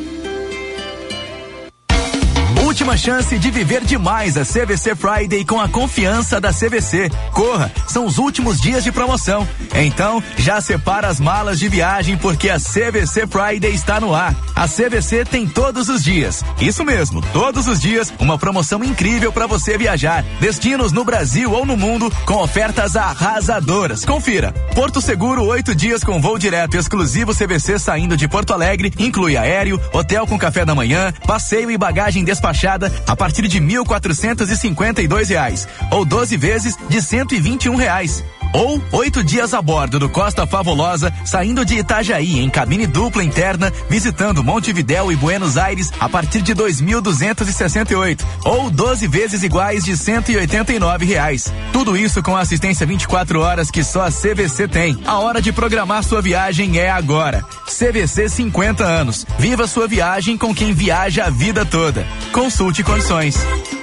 [SPEAKER 20] Última chance de viver demais a CVC Friday com a confiança da CVC. Corra, são os últimos dias de promoção. Então, já separa as malas de viagem porque a CVC Friday está no ar. A CVC tem todos os dias. Isso mesmo, todos os dias, uma promoção incrível para você viajar. Destinos no Brasil ou no mundo com ofertas arrasadoras. Confira. Porto Seguro, 8 dias com voo direto exclusivo CVC saindo de Porto Alegre, inclui aéreo, hotel com café da manhã, passeio e bagagem despachada a partir de R$1.452 ou 12 vezes de R$121. Ou 8 dias a bordo do Costa Favolosa, saindo de Itajaí em cabine dupla interna, visitando Montevidéu e Buenos Aires a partir de R$2.268 ou 12 vezes iguais de R$189. Tudo isso com assistência 24 horas que só a CVC tem. A hora de programar sua viagem é agora. CVC 50 anos. Viva sua viagem com quem viaja a vida toda. Consulte condições.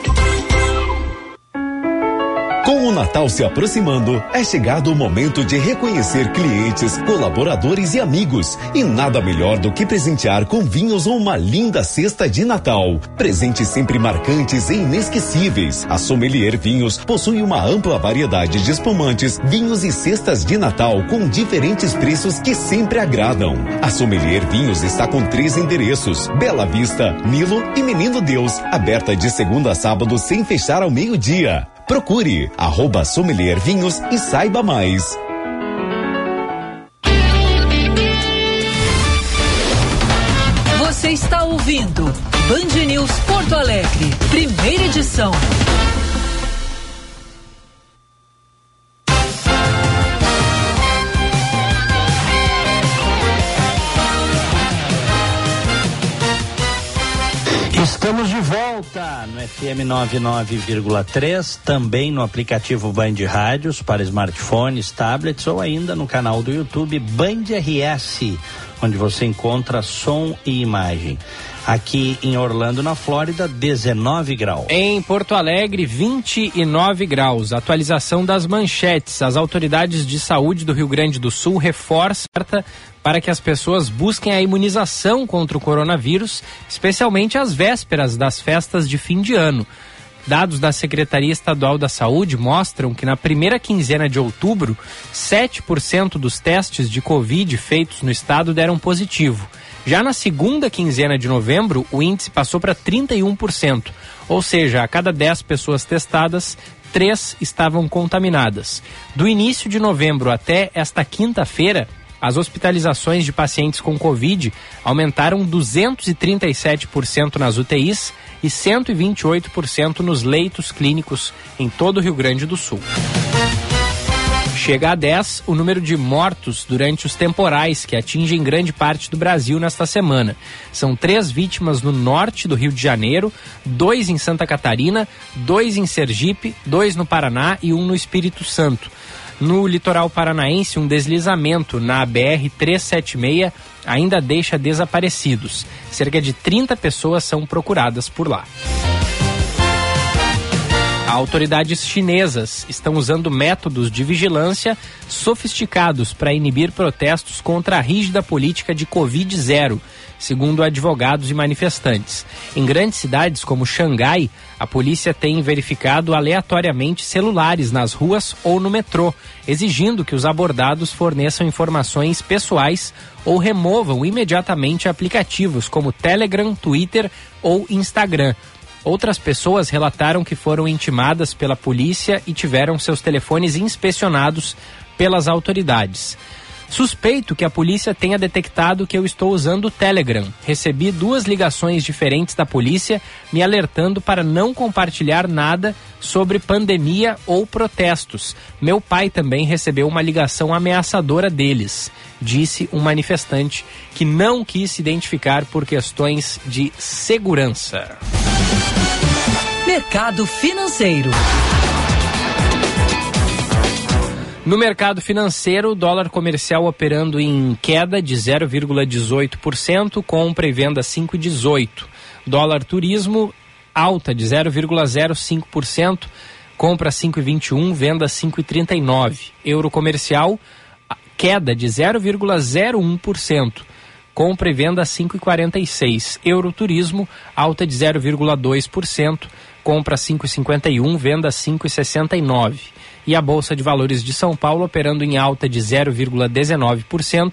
[SPEAKER 11] Com o Natal se aproximando, é chegado o momento de reconhecer clientes, colaboradores e amigos. E nada melhor do que presentear com vinhos ou uma linda cesta de Natal. Presentes sempre marcantes e inesquecíveis. A Sommelier Vinhos possui uma ampla variedade de espumantes, vinhos e cestas de Natal com diferentes preços que sempre agradam. A Sommelier Vinhos está com 3 endereços: Bela Vista, Nilo e Menino Deus. Aberta de segunda a sábado sem fechar ao meio-dia. Procure @Sommelier Vinhos e saiba mais.
[SPEAKER 1] Você está ouvindo Band News Porto Alegre, primeira edição.
[SPEAKER 2] Estamos de volta no FM 99,3, também no aplicativo Band Rádios para smartphones, tablets ou ainda no canal do YouTube Band RS, onde você encontra som e imagem. Aqui em Orlando, na Flórida, 19 graus.
[SPEAKER 3] Em Porto Alegre, 29 graus. Atualização das manchetes. As autoridades de saúde do Rio Grande do Sul reforçam para que as pessoas busquem a imunização contra o coronavírus, especialmente às vésperas das festas de fim de ano. Dados da Secretaria Estadual da Saúde mostram que na primeira quinzena de outubro, 7% dos testes de Covid feitos no estado deram positivo. Já na segunda quinzena de novembro, o índice passou para 31%, ou seja, a cada 10 pessoas testadas, 3 estavam contaminadas. Do início de novembro até esta quinta-feira, as hospitalizações de pacientes com Covid aumentaram 237% nas UTIs e 128% nos leitos clínicos em todo o Rio Grande do Sul. Chega a 10 o número de mortos durante os temporais que atingem grande parte do Brasil nesta semana. São 3 vítimas no norte do Rio de Janeiro, 2 em Santa Catarina, 2 em Sergipe, 2 no Paraná e 1 no Espírito Santo. No litoral paranaense, um deslizamento na BR-376 ainda deixa desaparecidos. Cerca de 30 pessoas são procuradas por lá. Autoridades chinesas estão usando métodos de vigilância sofisticados para inibir protestos contra a rígida política de Covid-0, segundo advogados e manifestantes. Em grandes cidades como Xangai, a polícia tem verificado aleatoriamente celulares nas ruas ou no metrô, exigindo que os abordados forneçam informações pessoais ou removam imediatamente aplicativos como Telegram, Twitter ou Instagram. Outras pessoas relataram que foram intimadas pela polícia e tiveram seus telefones inspecionados pelas autoridades. Suspeito que a polícia tenha detectado que eu estou usando o Telegram. Recebi 2 ligações diferentes da polícia me alertando para não compartilhar nada sobre pandemia ou protestos. Meu pai também recebeu uma ligação ameaçadora deles, disse um manifestante que não quis se identificar por questões de segurança.
[SPEAKER 1] Mercado financeiro.
[SPEAKER 3] No mercado financeiro, o dólar comercial operando em queda de 0,18%, compra e venda 5,18%. Dólar turismo, alta de 0,05%, compra 5,21%, venda 5,39%. Euro comercial, queda de 0,01%, compra e venda 5,46%. Euro turismo, alta de 0,2%, compra 5,51%, venda 5,69%. E a Bolsa de Valores de São Paulo operando em alta de 0,19%,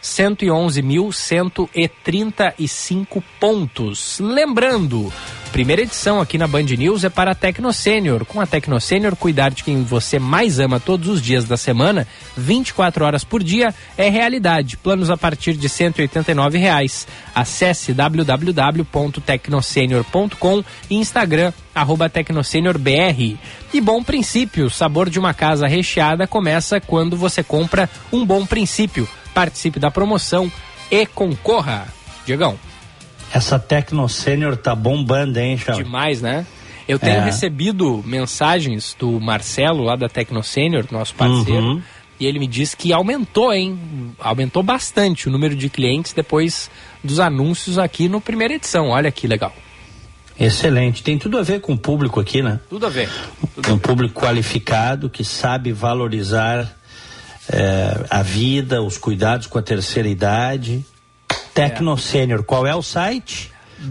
[SPEAKER 3] 111.135 pontos. Lembrando, primeira edição aqui na Band News é para a Tecno Sênior. Com a Tecno Sênior, cuidar de quem você mais ama todos os dias da semana, 24 horas por dia, é realidade. Planos a partir de R$ 189. Acesse www.tecnosenior.com e Instagram, @tecnosenior.br. E Bom Princípio, sabor de uma casa recheada começa quando você compra um Bom Princípio. Participe da promoção e concorra. Diegão.
[SPEAKER 2] Essa Tecno Sênior tá bombando, hein, Chão?
[SPEAKER 3] Demais, né? Eu tenho recebido mensagens do Marcelo, lá da Tecno Sênior, nosso parceiro, e ele me diz que aumentou, hein? Aumentou bastante o número de clientes depois dos anúncios aqui no primeira edição. Olha que legal.
[SPEAKER 2] Excelente. Tem tudo a ver com o público aqui, né?
[SPEAKER 3] Tudo a ver.
[SPEAKER 2] Um público qualificado que sabe valorizar a vida, os cuidados com a terceira idade. Tecno Sênior, qual é o site?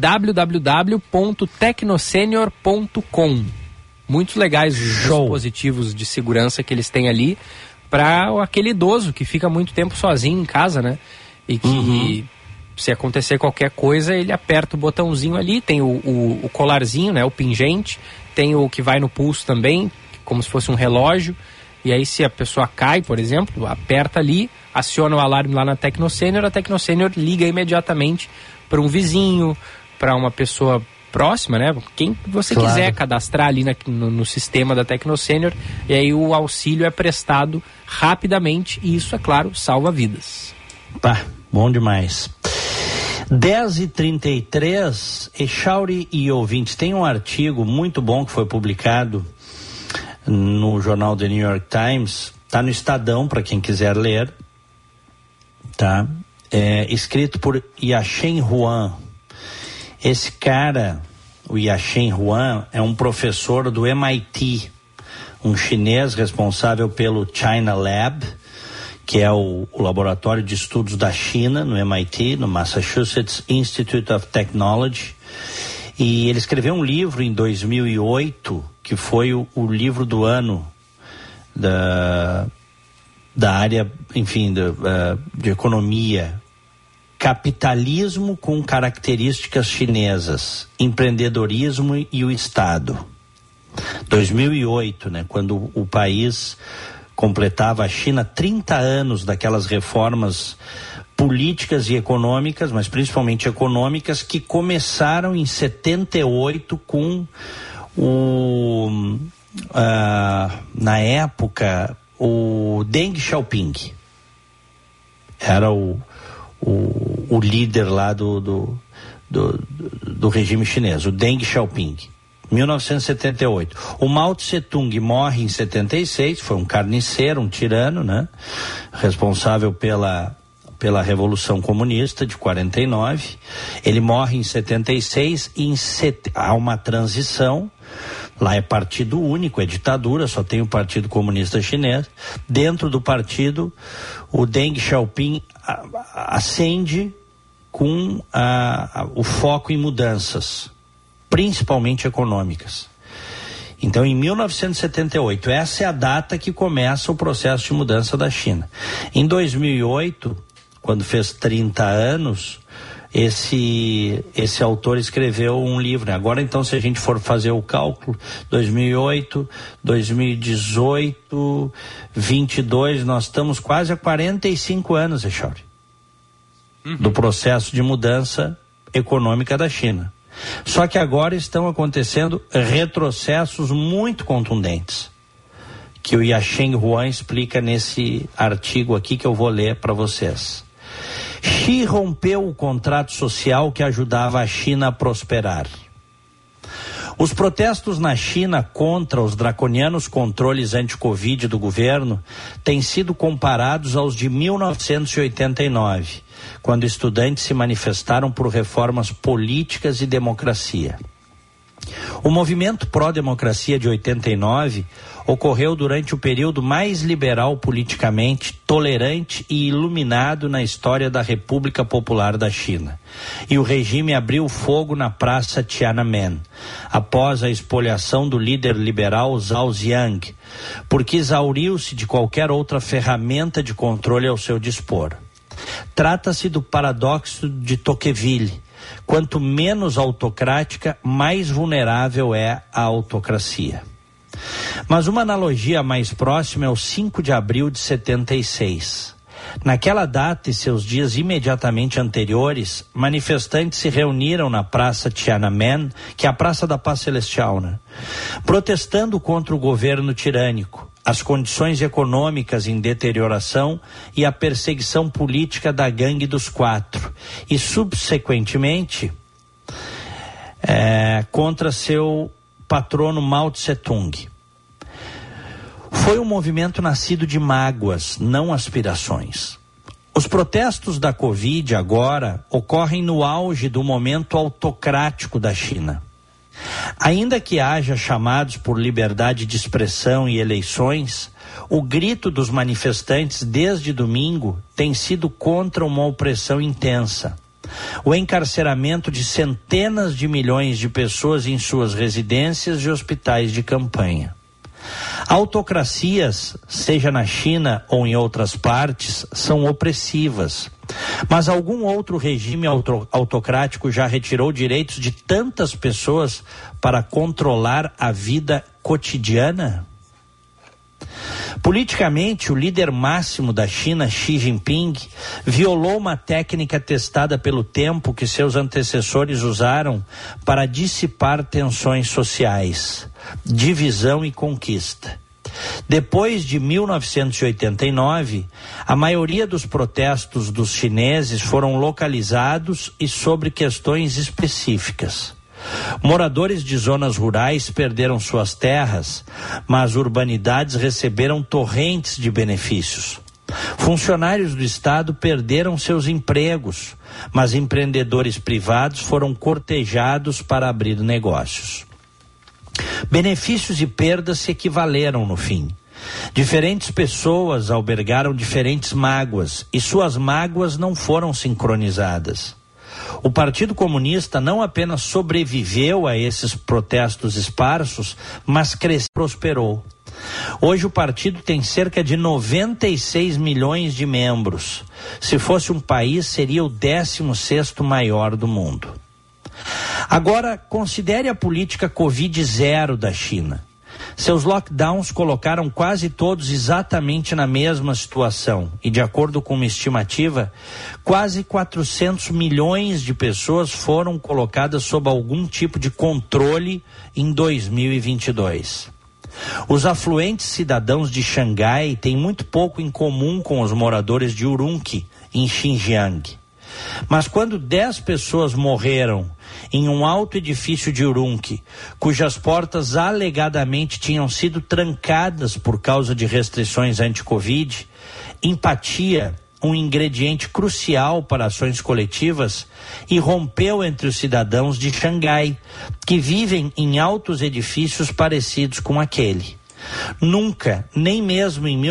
[SPEAKER 3] www.tecnosenior.com. Muito legais os dispositivos de segurança que eles têm ali para aquele idoso que fica muito tempo sozinho em casa, né? E que se acontecer qualquer coisa, ele aperta o botãozinho ali, tem o colarzinho, né? O pingente, tem o que vai no pulso também, como se fosse um relógio. E aí, se a pessoa cai, por exemplo, aperta ali, aciona o alarme lá na Tecno Sênior, a Tecno Sênior liga imediatamente para um vizinho, para uma pessoa próxima, né? Quem você quiser cadastrar ali no sistema da Tecno Sênior, e aí o auxílio é prestado rapidamente, e isso, é claro, salva vidas.
[SPEAKER 2] Pá, bom demais. 10h33, Echauri e ouvintes, tem um artigo muito bom que foi publicado no jornal The New York Times, tá no Estadão para quem quiser ler, tá? Escrito por Yashen Huang. Esse cara, o Yashen Huang, é um professor do MIT, um chinês responsável pelo China Lab, que é o laboratório de estudos da China no MIT, no Massachusetts Institute of Technology. E ele escreveu um livro em 2008, que foi o livro do ano da área, enfim, de economia. Capitalismo com características chinesas, empreendedorismo e o Estado. 2008, né, quando o país completava, a China, 30 anos daquelas reformas políticas e econômicas, mas principalmente econômicas, que começaram em 78 com na época, o Deng Xiaoping. Era o líder lá do regime chinês, o Deng Xiaoping. 1978. O Mao Tse-tung morre em 76, foi um carniceiro, um tirano, né? Responsável pela Revolução Comunista de 49. Ele morre em 76 e há uma transição. Lá é partido único, é ditadura, só tem o Partido Comunista Chinês. Dentro do partido, o Deng Xiaoping ascende com o foco em mudanças, principalmente econômicas. Então, em 1978, essa é a data que começa o processo de mudança da China. Em 2008, quando fez 30 anos, esse autor escreveu um livro, né? Agora, então, se a gente for fazer o cálculo, 2008, 2018, 22, nós estamos quase há 45 anos, Echauri, do processo de mudança econômica da China. Só que agora estão acontecendo retrocessos muito contundentes, que o Yasheng Huang explica nesse artigo aqui que eu vou ler para vocês. Xi rompeu o contrato social que ajudava a China a prosperar. Os protestos na China contra os draconianos controles anti-Covid do governo têm sido comparados aos de 1989, quando estudantes se manifestaram por reformas políticas e democracia. O movimento pró-democracia de 89 ocorreu durante o período mais liberal politicamente, tolerante e iluminado na história da República Popular da China. E o regime abriu fogo na Praça Tiananmen, após a espoliação do líder liberal Zhao Ziang, porque exauriu-se de qualquer outra ferramenta de controle ao seu dispor. Trata-se do paradoxo de Tocqueville. Quanto menos autocrática, mais vulnerável é a autocracia. Mas uma analogia mais próxima é o 5 de abril de 76. Naquela data e seus dias imediatamente anteriores, manifestantes se reuniram na Praça Tiananmen, que é a Praça da Paz Celestial, né? Protestando contra o governo tirânico, as condições econômicas em deterioração e a perseguição política da Gangue dos Quatro e, subsequentemente, contra seu patrono Mao Tse-tung. Foi um movimento nascido de mágoas, não aspirações. Os protestos da Covid agora ocorrem no auge do momento autocrático da China. Ainda que haja chamados por liberdade de expressão e eleições, o grito dos manifestantes desde domingo tem sido contra uma opressão intensa. O encarceramento de centenas de milhões de pessoas em suas residências e hospitais de campanha. Autocracias, seja na China ou em outras partes, são opressivas. Mas algum outro regime autocrático já retirou direitos de tantas pessoas para controlar a vida cotidiana? Politicamente, o líder máximo da China, Xi Jinping, violou uma técnica testada pelo tempo que seus antecessores usaram para dissipar tensões sociais, divisão e conquista. Depois de 1989, a maioria dos protestos dos chineses foram localizados e sobre questões específicas. Moradores de zonas rurais perderam suas terras, mas urbanidades receberam torrentes de benefícios. Funcionários do Estado perderam seus empregos, mas empreendedores privados foram cortejados para abrir negócios. Benefícios e perdas se equivaleram no fim. Diferentes pessoas albergaram diferentes mágoas e suas mágoas não foram sincronizadas. O Partido Comunista não apenas sobreviveu a esses protestos esparsos, mas cresceu e prosperou. Hoje o partido tem cerca de 96 milhões de membros. Se fosse um país, seria o 16º maior do mundo. Agora, considere a política Covid-0 da China. Seus lockdowns colocaram quase todos exatamente na mesma situação e, de acordo com uma estimativa, quase 400 milhões de pessoas foram colocadas sob algum tipo de controle em 2022. Os afluentes cidadãos de Xangai têm muito pouco em comum com os moradores de Urumqi, em Xinjiang. Mas quando 10 pessoas morreram em um alto edifício de Urumqi, cujas portas alegadamente tinham sido trancadas por causa de restrições anti-Covid, empatia, um ingrediente crucial para ações coletivas, irrompeu entre os cidadãos de Xangai, que vivem em altos edifícios parecidos com aquele. Nunca, nem mesmo em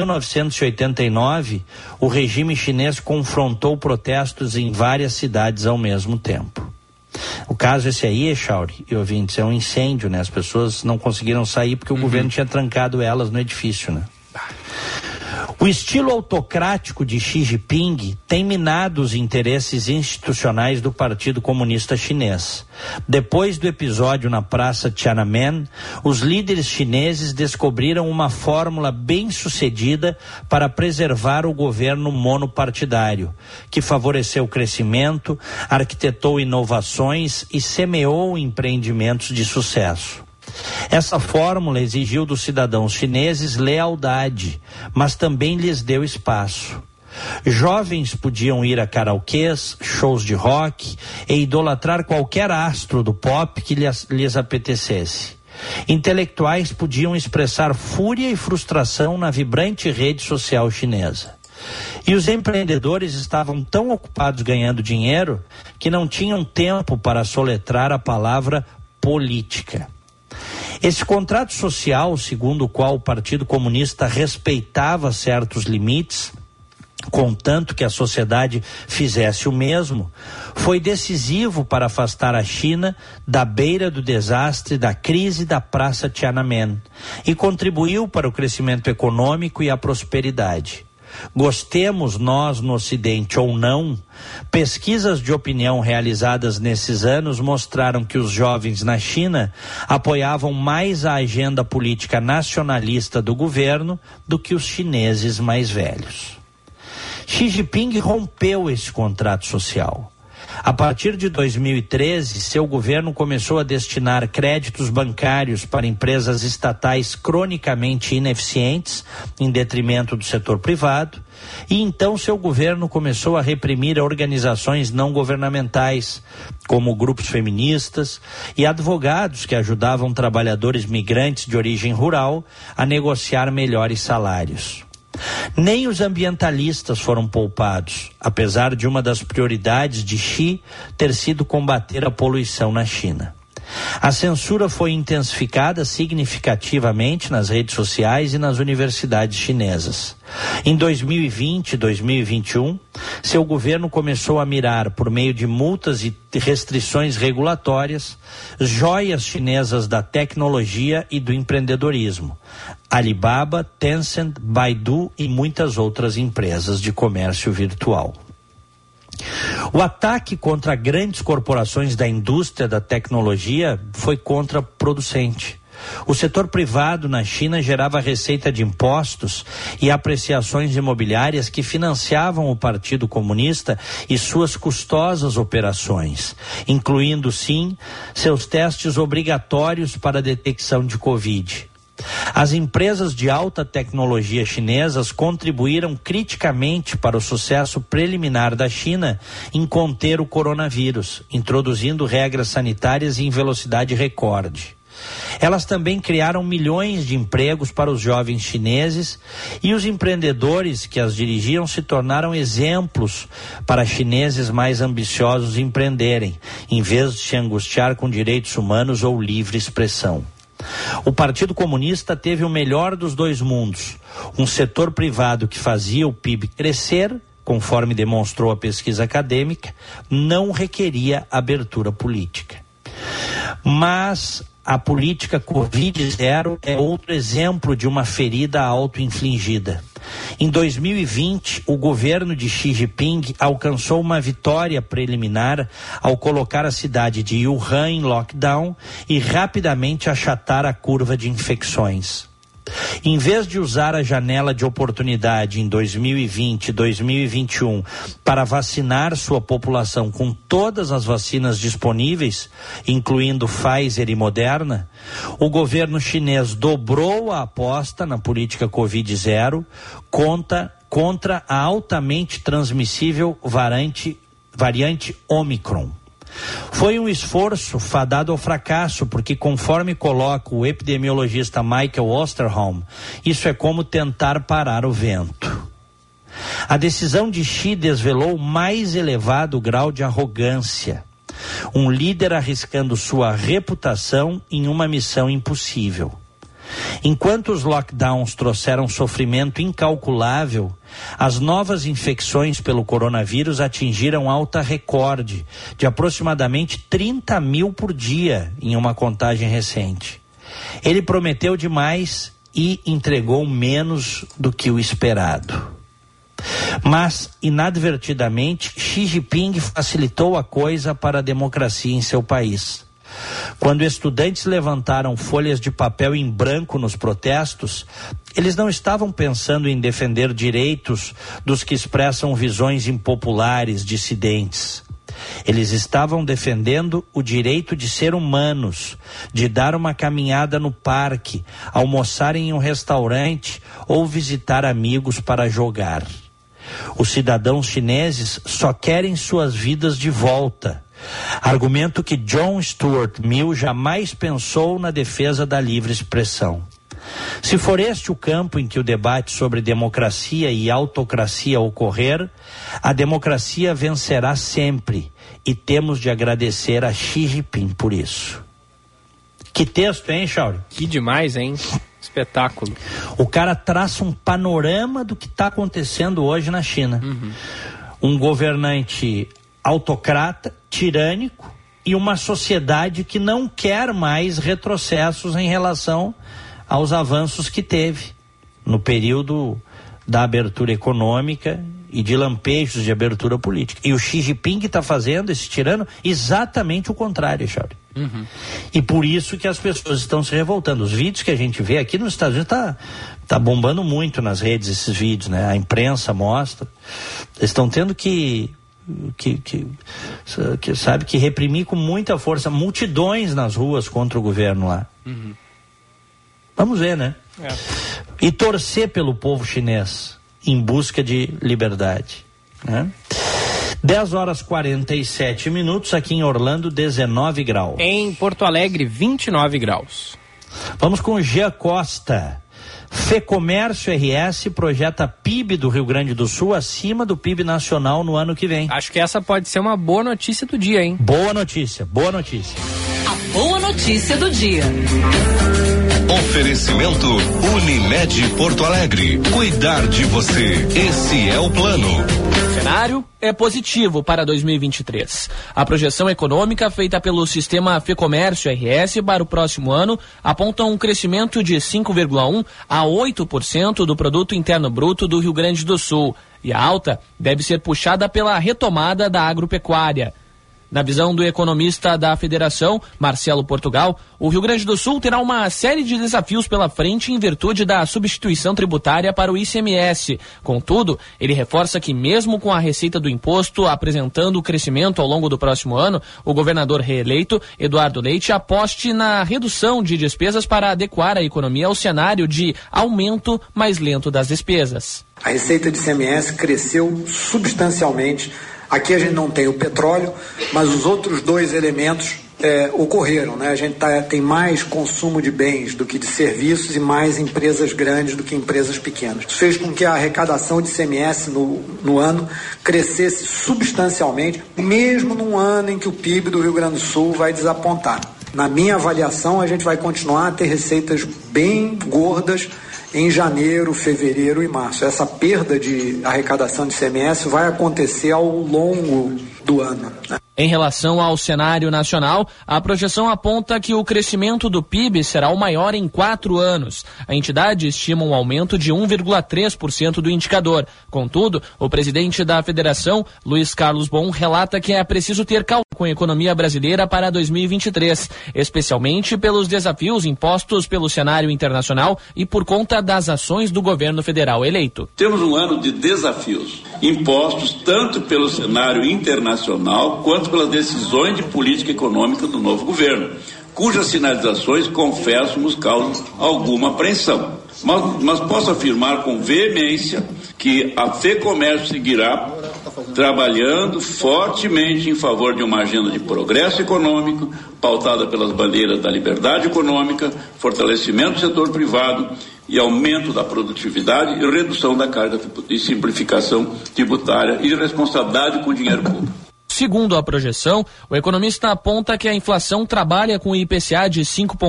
[SPEAKER 2] 1989, o regime chinês confrontou protestos em várias cidades ao mesmo tempo. O caso esse aí, Echauri e ouvintes, é um incêndio, né? As pessoas não conseguiram sair porque o governo tinha trancado elas no edifício, né? O estilo autocrático de Xi Jinping tem minado os interesses institucionais do Partido Comunista Chinês. Depois do episódio na Praça Tiananmen, os líderes chineses descobriram uma fórmula bem-sucedida para preservar o governo monopartidário, que favoreceu o crescimento, arquitetou inovações e semeou empreendimentos de sucesso. Essa fórmula exigiu dos cidadãos chineses lealdade, mas também lhes deu espaço. Jovens podiam ir a karaokês, shows de rock e idolatrar qualquer astro do pop que lhes apetecesse. Intelectuais podiam expressar fúria e frustração na vibrante rede social chinesa. E os empreendedores estavam tão ocupados ganhando dinheiro que não tinham tempo para soletrar a palavra política. Esse contrato social, segundo o qual o Partido Comunista respeitava certos limites, contanto que a sociedade fizesse o mesmo, foi decisivo para afastar a China da beira do desastre da crise da Praça Tiananmen e contribuiu para o crescimento econômico e a prosperidade. Gostemos nós no Ocidente ou não, pesquisas de opinião realizadas nesses anos mostraram que os jovens na China apoiavam mais a agenda política nacionalista do governo do que os chineses mais velhos. Xi Jinping rompeu esse contrato social. A partir de 2013, seu governo começou a destinar créditos bancários para empresas estatais cronicamente ineficientes, em detrimento do setor privado, e então seu governo começou a reprimir organizações não governamentais, como grupos feministas e advogados que ajudavam trabalhadores migrantes de origem rural a negociar melhores salários. Nem os ambientalistas foram poupados, apesar de uma das prioridades de Xi ter sido combater a poluição na China. A censura foi intensificada significativamente nas redes sociais e nas universidades chinesas. Em 2020 e 2021, seu governo começou a mirar, por meio de multas e restrições regulatórias, joias chinesas da tecnologia e do empreendedorismo: Alibaba, Tencent, Baidu e muitas outras empresas de comércio virtual. O ataque contra grandes corporações da indústria da tecnologia foi contraproducente. O setor privado na China gerava receita de impostos e apreciações imobiliárias que financiavam o Partido Comunista e suas custosas operações, incluindo, sim, seus testes obrigatórios para a detecção de Covid. As empresas de alta tecnologia chinesas contribuíram criticamente para o sucesso preliminar da China em conter o coronavírus, introduzindo regras sanitárias em velocidade recorde. Elas também criaram milhões de empregos para os jovens chineses e os empreendedores que as dirigiam se tornaram exemplos para chineses mais ambiciosos empreenderem, em vez de se angustiar com direitos humanos ou livre expressão. O Partido Comunista teve o melhor dos dois mundos: um setor privado que fazia o PIB crescer, conforme demonstrou a pesquisa acadêmica, não requeria abertura política. Mas a política Covid-0 é outro exemplo de uma ferida auto-infligida. Em 2020, o governo de Xi Jinping alcançou uma vitória preliminar ao colocar a cidade de Wuhan em lockdown e rapidamente achatar a curva de infecções. Em vez de usar a janela de oportunidade em 2020 e 2021 para vacinar sua população com todas as vacinas disponíveis, incluindo Pfizer e Moderna, o governo chinês dobrou a aposta na política Covid-0 contra a altamente transmissível variante Omicron. Foi um esforço fadado ao fracasso, porque, conforme coloca o epidemiologista Michael Osterholm, isso é como tentar parar o vento. A decisão de Xi desvelou o mais elevado grau de arrogância. Um líder arriscando sua reputação em uma missão impossível. Enquanto os lockdowns trouxeram sofrimento incalculável, as novas infecções pelo coronavírus atingiram alta recorde de aproximadamente 30 mil por dia em uma contagem recente. Ele prometeu demais e entregou menos do que o esperado. Mas, inadvertidamente, Xi Jinping facilitou a coisa para a democracia em seu país. Quando estudantes levantaram folhas de papel em branco nos protestos, eles não estavam pensando em defender direitos dos que expressam visões impopulares, dissidentes. Eles estavam defendendo o direito de ser humanos, de dar uma caminhada no parque, almoçar em um restaurante ou visitar amigos para jogar. Os cidadãos chineses só querem suas vidas de volta. Argumento que John Stuart Mill jamais pensou na defesa da livre expressão. Se for este o campo em que o debate sobre democracia e autocracia ocorrer, a democracia vencerá sempre e temos de agradecer a Xi Jinping por isso. Que texto, hein, Chauri?
[SPEAKER 3] Que demais, hein? Espetáculo.
[SPEAKER 2] O cara traça um panorama do que está acontecendo hoje na China. Um governante autocrata, tirânico, e uma sociedade que não quer mais retrocessos em relação aos avanços que teve no período da abertura econômica e de lampejos de abertura política. E o Xi Jinping está fazendo, esse tirano, exatamente o contrário, Chauri. E por isso que as pessoas estão se revoltando. Os vídeos que a gente vê aqui nos Estados Unidos tá bombando muito nas redes esses vídeos, né? A imprensa mostra. Eles estão tendo que reprimir com muita força multidões nas ruas contra o governo lá. Vamos ver, né? E torcer pelo povo chinês em busca de liberdade, né? 10h47, aqui em Orlando, 19 graus.
[SPEAKER 3] Em Porto Alegre, 29 graus.
[SPEAKER 2] Vamos com o Jean Costa. Fecomércio RS projeta PIB do Rio Grande do Sul acima do PIB nacional no ano que vem.
[SPEAKER 3] Acho que essa pode ser uma boa notícia do dia, hein?
[SPEAKER 2] Boa notícia, boa notícia.
[SPEAKER 1] A boa notícia do dia.
[SPEAKER 11] Oferecimento Unimed Porto Alegre. Cuidar de você. Esse é o plano.
[SPEAKER 21] O cenário é positivo para 2023. A projeção econômica feita pelo sistema Fecomércio RS para o próximo ano aponta um crescimento de 5,1% a 8% do Produto Interno Bruto do Rio Grande do Sul. E a alta deve ser puxada pela retomada da agropecuária. Na visão do economista da Federação, Marcelo Portugal, o Rio Grande do Sul terá uma série de desafios pela frente em virtude da substituição tributária para o ICMS. Contudo, ele reforça que mesmo com a receita do imposto apresentando crescimento ao longo do próximo ano, o governador reeleito, Eduardo Leite, aposte na redução de despesas para adequar a economia ao cenário de aumento mais lento das despesas.
[SPEAKER 22] A receita de ICMS cresceu substancialmente. Aqui a gente não tem o petróleo, mas os outros dois elementos ocorreram, né? A gente tem mais consumo de bens do que de serviços e mais empresas grandes do que empresas pequenas. Isso fez com que a arrecadação de ICMS no ano crescesse substancialmente, mesmo num ano em que o PIB do Rio Grande do Sul vai desapontar. Na minha avaliação, a gente vai continuar a ter receitas bem gordas em janeiro, fevereiro e março. Essa perda de arrecadação de ICMS vai acontecer ao longo do ano, né?
[SPEAKER 21] Em relação ao cenário nacional, a projeção aponta que o crescimento do PIB será o maior em 4 anos. A entidade estima um aumento de 1,3% do indicador. Contudo, o presidente da Federação, Luiz Carlos Bon, relata que é preciso ter calma com a economia brasileira para 2023, especialmente pelos desafios impostos pelo cenário internacional e por conta das ações do governo federal eleito.
[SPEAKER 23] Temos um ano de desafios impostos tanto pelo cenário internacional quanto pelas decisões de política econômica do novo governo, cujas sinalizações, confesso, nos causam alguma apreensão. Mas posso afirmar com veemência que a Fecomércio seguirá trabalhando fortemente em favor de uma agenda de progresso econômico, pautada pelas bandeiras da liberdade econômica, fortalecimento do setor privado e aumento da produtividade e redução da carga e simplificação tributária e responsabilidade com o dinheiro público.
[SPEAKER 21] Segundo a projeção, o economista aponta que a inflação trabalha com IPCA de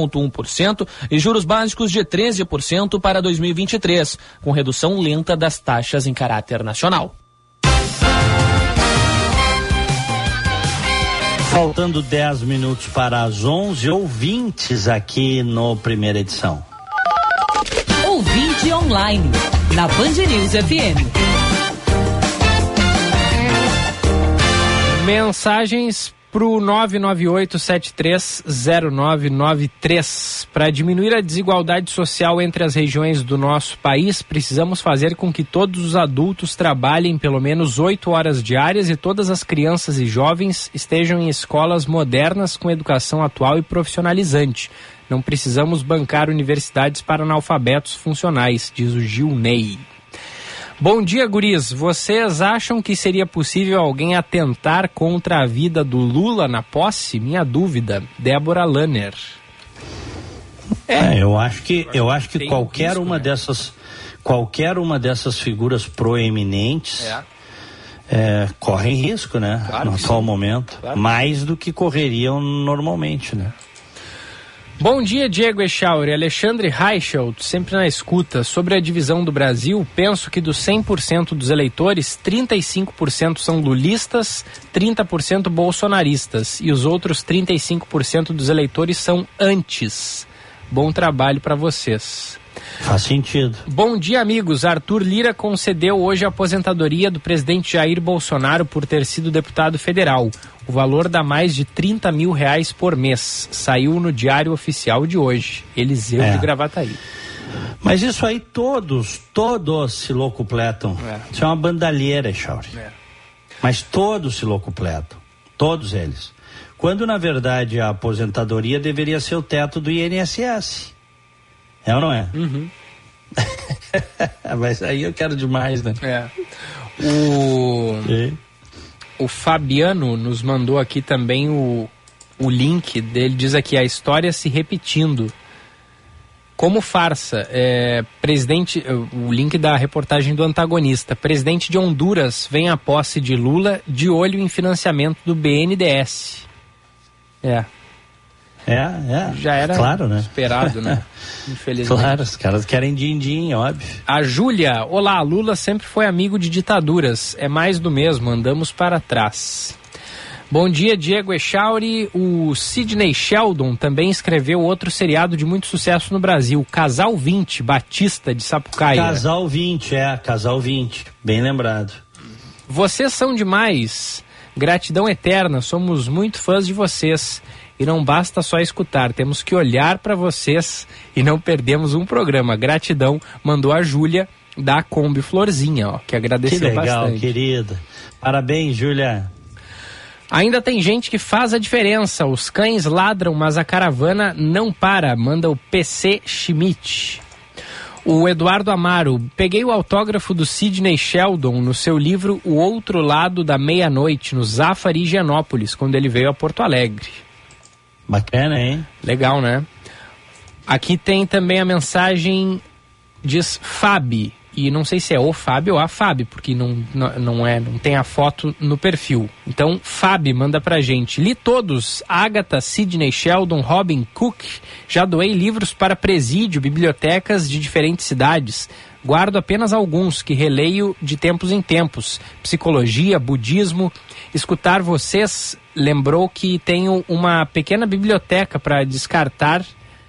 [SPEAKER 21] 5,1% e juros básicos de 13% para 2023, com redução lenta das taxas em caráter nacional.
[SPEAKER 2] Faltando 10 minutos para as 11, ouvintes aqui no Primeira Edição.
[SPEAKER 1] Rádio online, na Band News FM.
[SPEAKER 3] Mensagens pro 998730993. Para diminuir a desigualdade social entre as regiões do nosso país, precisamos fazer com que todos os adultos trabalhem pelo menos 8 horas diárias e todas as crianças e jovens estejam em escolas modernas com educação atual e profissionalizante. Não precisamos bancar universidades para analfabetos funcionais, diz o Gil Ney. Bom dia, guris. Vocês acham que seria possível alguém atentar contra a vida do Lula na posse? Minha dúvida. Débora Lanner.
[SPEAKER 2] Eu acho que qualquer uma dessas figuras proeminentes correm risco, né?
[SPEAKER 3] Claro,
[SPEAKER 2] no atual momento.
[SPEAKER 3] Claro.
[SPEAKER 2] Mais do que correriam normalmente, né?
[SPEAKER 3] Bom dia, Diego Echauri. Alexandre Reichelt, sempre na escuta. Sobre a divisão do Brasil, penso que dos 100% dos eleitores, 35% são lulistas, 30% bolsonaristas e os outros 35% dos eleitores são antis. Bom trabalho para vocês.
[SPEAKER 2] Faz sentido.
[SPEAKER 3] Bom dia, amigos. Arthur Lira concedeu hoje a aposentadoria do presidente Jair Bolsonaro por ter sido deputado federal. O valor dá mais de R$30 mil por mês. Saiu no Diário Oficial de hoje. Eliseu de Gravataí.
[SPEAKER 2] Mas isso aí todos se locupletam. Isso é uma bandalheira, Echauri. Mas todos se locupletam. Todos eles. Quando, na verdade, a aposentadoria deveria ser o teto do INSS. É ou não é?
[SPEAKER 3] Uhum.
[SPEAKER 2] Mas aí eu quero demais, né?
[SPEAKER 3] O Fabiano nos mandou aqui também o link dele, diz aqui, a história se repetindo. Como farsa, o link da reportagem do antagonista. Presidente de Honduras vem à posse de Lula de olho em financiamento do BNDES. Já era
[SPEAKER 2] claro, né?
[SPEAKER 3] esperado, né? Infelizmente.
[SPEAKER 2] Claro, os caras querem din-din, óbvio.
[SPEAKER 3] A Júlia, olá, Lula sempre foi amigo de ditaduras, é mais do mesmo, andamos para trás. Bom dia, Diego Echauri. O Sidney Sheldon também escreveu outro seriado de muito sucesso no Brasil, Casal 20, Batista de Sapucaia.
[SPEAKER 2] Casal 20, Casal 20, bem lembrado.
[SPEAKER 3] Vocês são demais, gratidão eterna, somos muito fãs de vocês. E não basta só escutar, temos que olhar para vocês e não perdemos um programa. Gratidão, mandou a Júlia da Kombi Florzinha, que agradeceu bastante.
[SPEAKER 2] Que legal, querida. Parabéns, Júlia.
[SPEAKER 3] Ainda tem gente que faz a diferença. Os cães ladram, mas a caravana não para, manda o PC Schmidt. O Eduardo Amaro, peguei o autógrafo do Sidney Sheldon no seu livro O Outro Lado da Meia-Noite, no Zafari, Higienópolis, quando ele veio a Porto Alegre.
[SPEAKER 2] Bacana, hein?
[SPEAKER 3] Legal, né? Aqui tem também a mensagem, diz Fabi, e não sei se é o Fábio ou a Fabi, porque não tem a foto no perfil. Então, Fabi manda pra gente. Li todos, Agatha, Sidney Sheldon, Robin Cook. Já doei livros para presídio, bibliotecas de diferentes cidades. Guardo apenas alguns que releio de tempos em tempos. Psicologia, budismo. Escutar vocês lembrou que tenho uma pequena biblioteca para descartar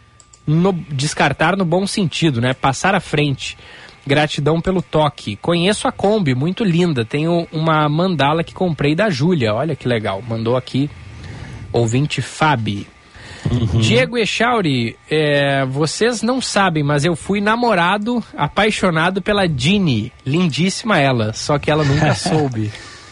[SPEAKER 3] no bom sentido, né? Passar à frente. Gratidão pelo toque. Conheço a Kombi, muito linda. Tenho uma mandala que comprei da Júlia. Olha que legal. Mandou aqui, ouvinte Fabi. Diego Echauri, vocês não sabem, mas eu fui namorado, apaixonado pela Dini. Lindíssima ela, só que ela nunca soube.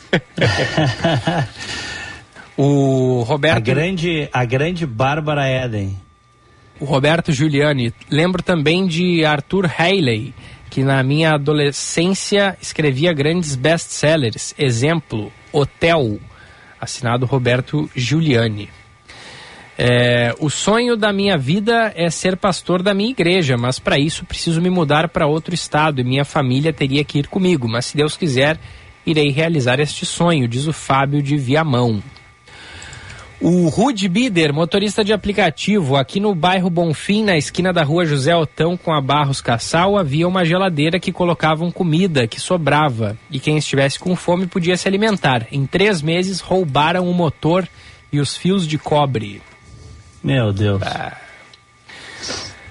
[SPEAKER 3] O Roberto...
[SPEAKER 2] A grande Bárbara Eden.
[SPEAKER 3] O Roberto Giuliani. Lembro também de Arthur Haley, que na minha adolescência escrevia grandes best-sellers. Exemplo, Hotel, assinado Roberto Giuliani. O sonho da minha vida é ser pastor da minha igreja, mas para isso preciso me mudar para outro estado e minha família teria que ir comigo, mas se Deus quiser, irei realizar este sonho, diz o Fábio de Viamão. O Rude Bider, motorista de aplicativo, aqui no bairro Bonfim, na esquina da rua José Otão com a Barros Cassal, havia uma geladeira que colocavam comida que sobrava e quem estivesse com fome podia se alimentar. Em 3 meses roubaram o motor e os fios de cobre.
[SPEAKER 2] Meu Deus.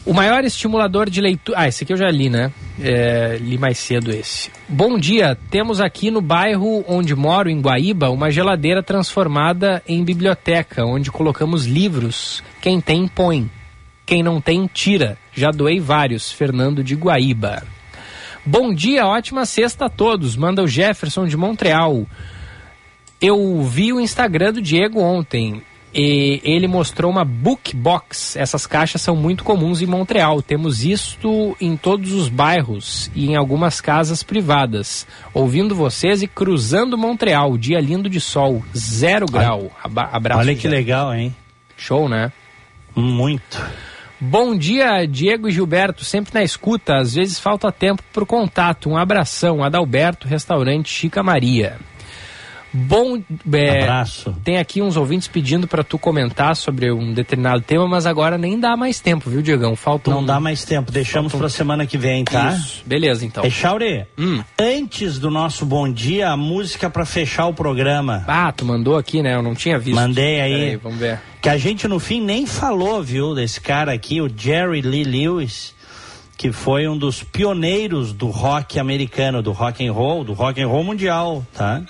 [SPEAKER 3] O maior estimulador de leitura... esse aqui eu já li, né? Li mais cedo esse. Bom dia, temos aqui no bairro onde moro, em Guaíba, uma geladeira transformada em biblioteca, onde colocamos livros. Quem tem, põe. Quem não tem, tira. Já doei vários. Fernando de Guaíba. Bom dia, ótima sexta a todos. Manda o Jefferson de Montreal. Eu vi o Instagram do Diego ontem. E ele mostrou uma book box. Essas caixas são muito comuns em Montreal. Temos isto em todos os bairros e em algumas casas privadas. Ouvindo vocês e cruzando Montreal. Dia lindo de sol, 0 grau. Abraço.
[SPEAKER 2] Olha que legal, hein?
[SPEAKER 3] Show, né?
[SPEAKER 2] Muito.
[SPEAKER 3] Bom dia, Diego e Gilberto. Sempre na escuta. Às vezes falta tempo pro contato. Um abração. Adalberto, restaurante Chica Maria. Bom,
[SPEAKER 2] abraço.
[SPEAKER 3] Tem aqui uns ouvintes pedindo para tu comentar sobre um determinado tema, mas agora nem dá mais tempo, viu, Diegão?
[SPEAKER 2] Não dá mais tempo, deixamos para semana que vem, tá?
[SPEAKER 3] Isso. Beleza, então.
[SPEAKER 2] Echauri, antes do nosso bom dia, a música para fechar o programa.
[SPEAKER 3] Tu mandou aqui, né? Eu não tinha visto.
[SPEAKER 2] Mandei aí.
[SPEAKER 3] Peraí, vamos ver.
[SPEAKER 2] Que a gente no fim nem falou, viu, desse cara aqui, o Jerry Lee Lewis, que foi um dos pioneiros do rock americano, do rock and roll mundial, tá?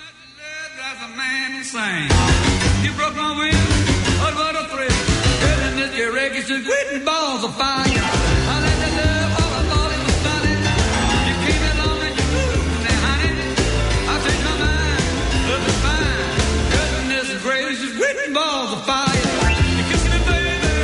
[SPEAKER 4] You broke my will, oh what a thrill. Feeling this your wreckage and quitting balls of fire. I let you love all I thought it was funny. You came along and you moved now, honey. I changed my mind, love is fine. Goodness gracious, quitting balls of fire. You kissing me, baby.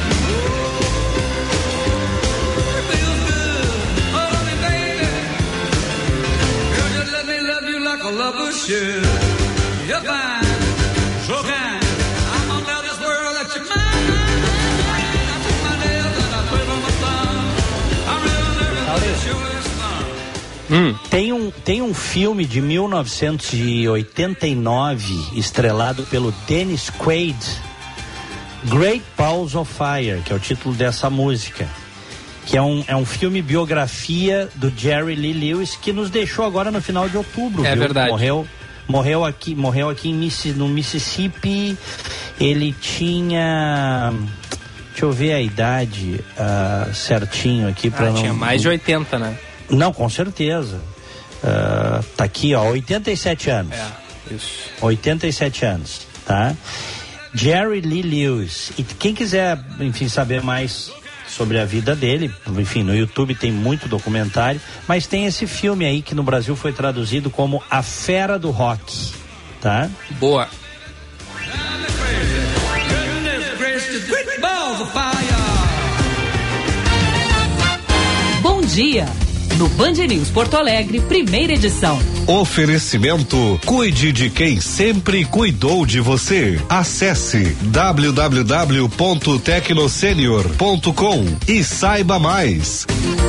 [SPEAKER 4] Ooh, it feels good. Hold on me, baby. Girl, just let me love you like a lover should. You're fine, so kind. I'm gonna love this world that you're mine. I took my nails and I put on my thumb. I'm real nervous, but it sure is fun.
[SPEAKER 2] Tem um filme de 1989 estrelado pelo Dennis Quaid, Great Balls of Fire, que é o título dessa música, que é um filme biografia do Jerry Lee Lewis, que nos deixou agora no final de outubro.
[SPEAKER 3] É,
[SPEAKER 2] viu?
[SPEAKER 3] verdade.
[SPEAKER 2] Morreu aqui no Mississippi. Ele tinha... Deixa eu ver a idade certinho aqui.
[SPEAKER 3] Tinha mais de 80, né?
[SPEAKER 2] Não, com certeza. Tá aqui, ó, 87 anos.
[SPEAKER 3] Isso.
[SPEAKER 2] 87 anos, tá? Jerry Lee Lewis. E quem quiser, enfim, saber mais sobre a vida dele, enfim, no YouTube tem muito documentário, mas tem esse filme aí que no Brasil foi traduzido como A Fera do Rock, tá?
[SPEAKER 3] Boa.
[SPEAKER 1] Bom dia! No Band News Porto Alegre, primeira edição.
[SPEAKER 11] Oferecimento: cuide de quem sempre cuidou de você. Acesse www.tecnosenior.com e saiba mais.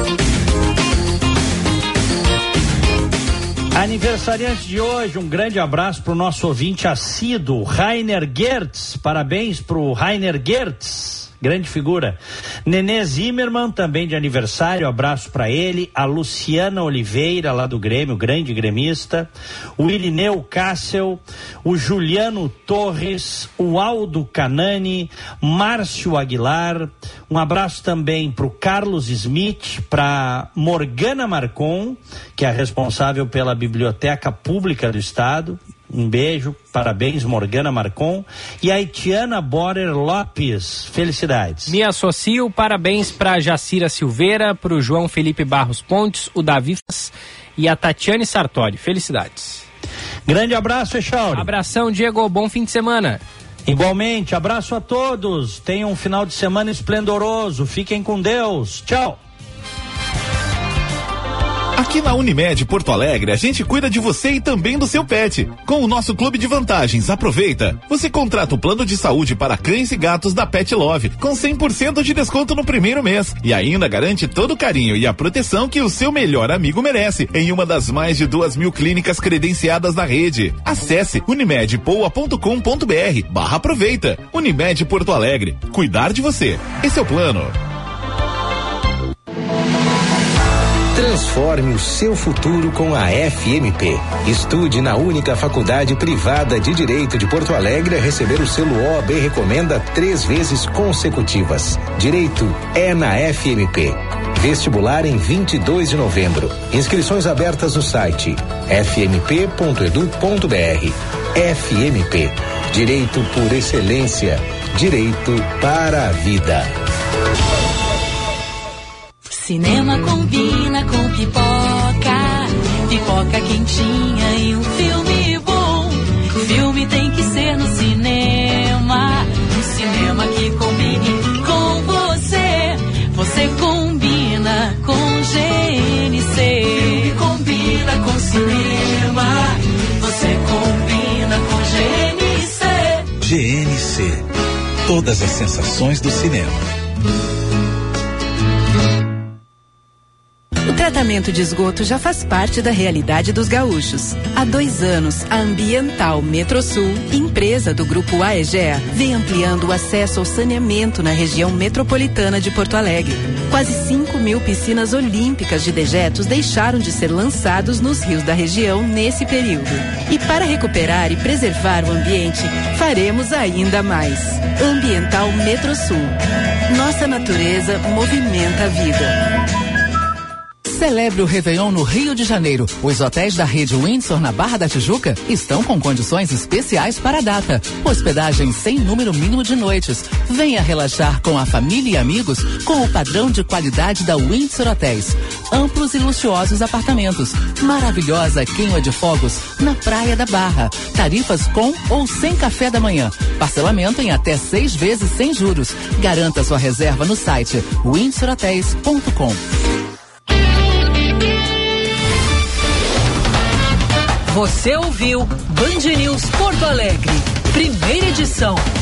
[SPEAKER 2] Aniversariante de hoje, um grande abraço para o nosso ouvinte assíduo, Rainer Gertz. Parabéns para o Rainer Gertz. Grande figura. Nenê Zimmermann, também de aniversário, abraço para ele. A Luciana Oliveira, lá do Grêmio, grande gremista. O Irineu Cássel, o Juliano Torres, o Aldo Canani, Márcio Aguilar. Um abraço também para o Carlos Smith, para Morgana Marcon, que é a responsável pela Biblioteca Pública do Estado. Um beijo, parabéns, Morgana Marcon. E a Itiana Borer Lopes, felicidades.
[SPEAKER 3] Me associo, parabéns para Jacira Silveira, para o João Felipe Barros Pontes, o Davi e a Tatiane Sartori, felicidades.
[SPEAKER 2] Grande abraço, Echauri.
[SPEAKER 3] Abração, Diego, bom fim de semana.
[SPEAKER 2] Igualmente, abraço a todos, tenham um final de semana esplendoroso, fiquem com Deus, tchau.
[SPEAKER 19] Aqui na Unimed Porto Alegre, a gente cuida de você e também do seu pet. Com o nosso clube de vantagens, aproveita. Você contrata o plano de saúde para cães e gatos da Pet Love, com 100% de desconto no primeiro mês. E ainda garante todo o carinho e a proteção que o seu melhor amigo merece, em uma das mais de 2.000 clínicas credenciadas na rede. Acesse unimedpoa.com.br/aproveita. Unimed Porto Alegre. Cuidar de você. Esse é o plano.
[SPEAKER 5] Transforme o seu futuro com a FMP. Estude na única faculdade privada de Direito de Porto Alegre a receber o selo OAB Recomenda 3 vezes consecutivas. Direito é na FMP. Vestibular em 22 de novembro. Inscrições abertas no site fmp.edu.br. FMP. Direito por excelência. Direito para a vida.
[SPEAKER 6] Cinema combina com pipoca. Pipoca quentinha e um filme bom. Filme tem que ser no cinema. Um cinema que combine com você. Você combina com GNC. Filme combina com cinema. Você combina com GNC.
[SPEAKER 7] GNC. Todas as sensações do cinema.
[SPEAKER 24] O tratamento de esgoto já faz parte da realidade dos gaúchos. Há 2 anos, a Ambiental Metrosul, empresa do Grupo AEGEA, vem ampliando o acesso ao saneamento na região metropolitana de Porto Alegre. Quase 5.000 piscinas olímpicas de dejetos deixaram de ser lançados nos rios da região nesse período. E para recuperar e preservar o ambiente, faremos ainda mais. Ambiental Metrosul. Nossa natureza movimenta a vida.
[SPEAKER 13] Celebre o Réveillon no Rio de Janeiro. Os hotéis da rede Windsor na Barra da Tijuca estão com condições especiais para a data. Hospedagem sem número mínimo de noites. Venha relaxar com a família e amigos com o padrão de qualidade da Windsor Hotéis. Amplos e luxuosos apartamentos. Maravilhosa queima de fogos na Praia da Barra. Tarifas com ou sem café da manhã. Parcelamento em até 6 vezes sem juros. Garanta sua reserva no site windsorhotels.com.
[SPEAKER 1] Você ouviu Band News Porto Alegre, primeira edição.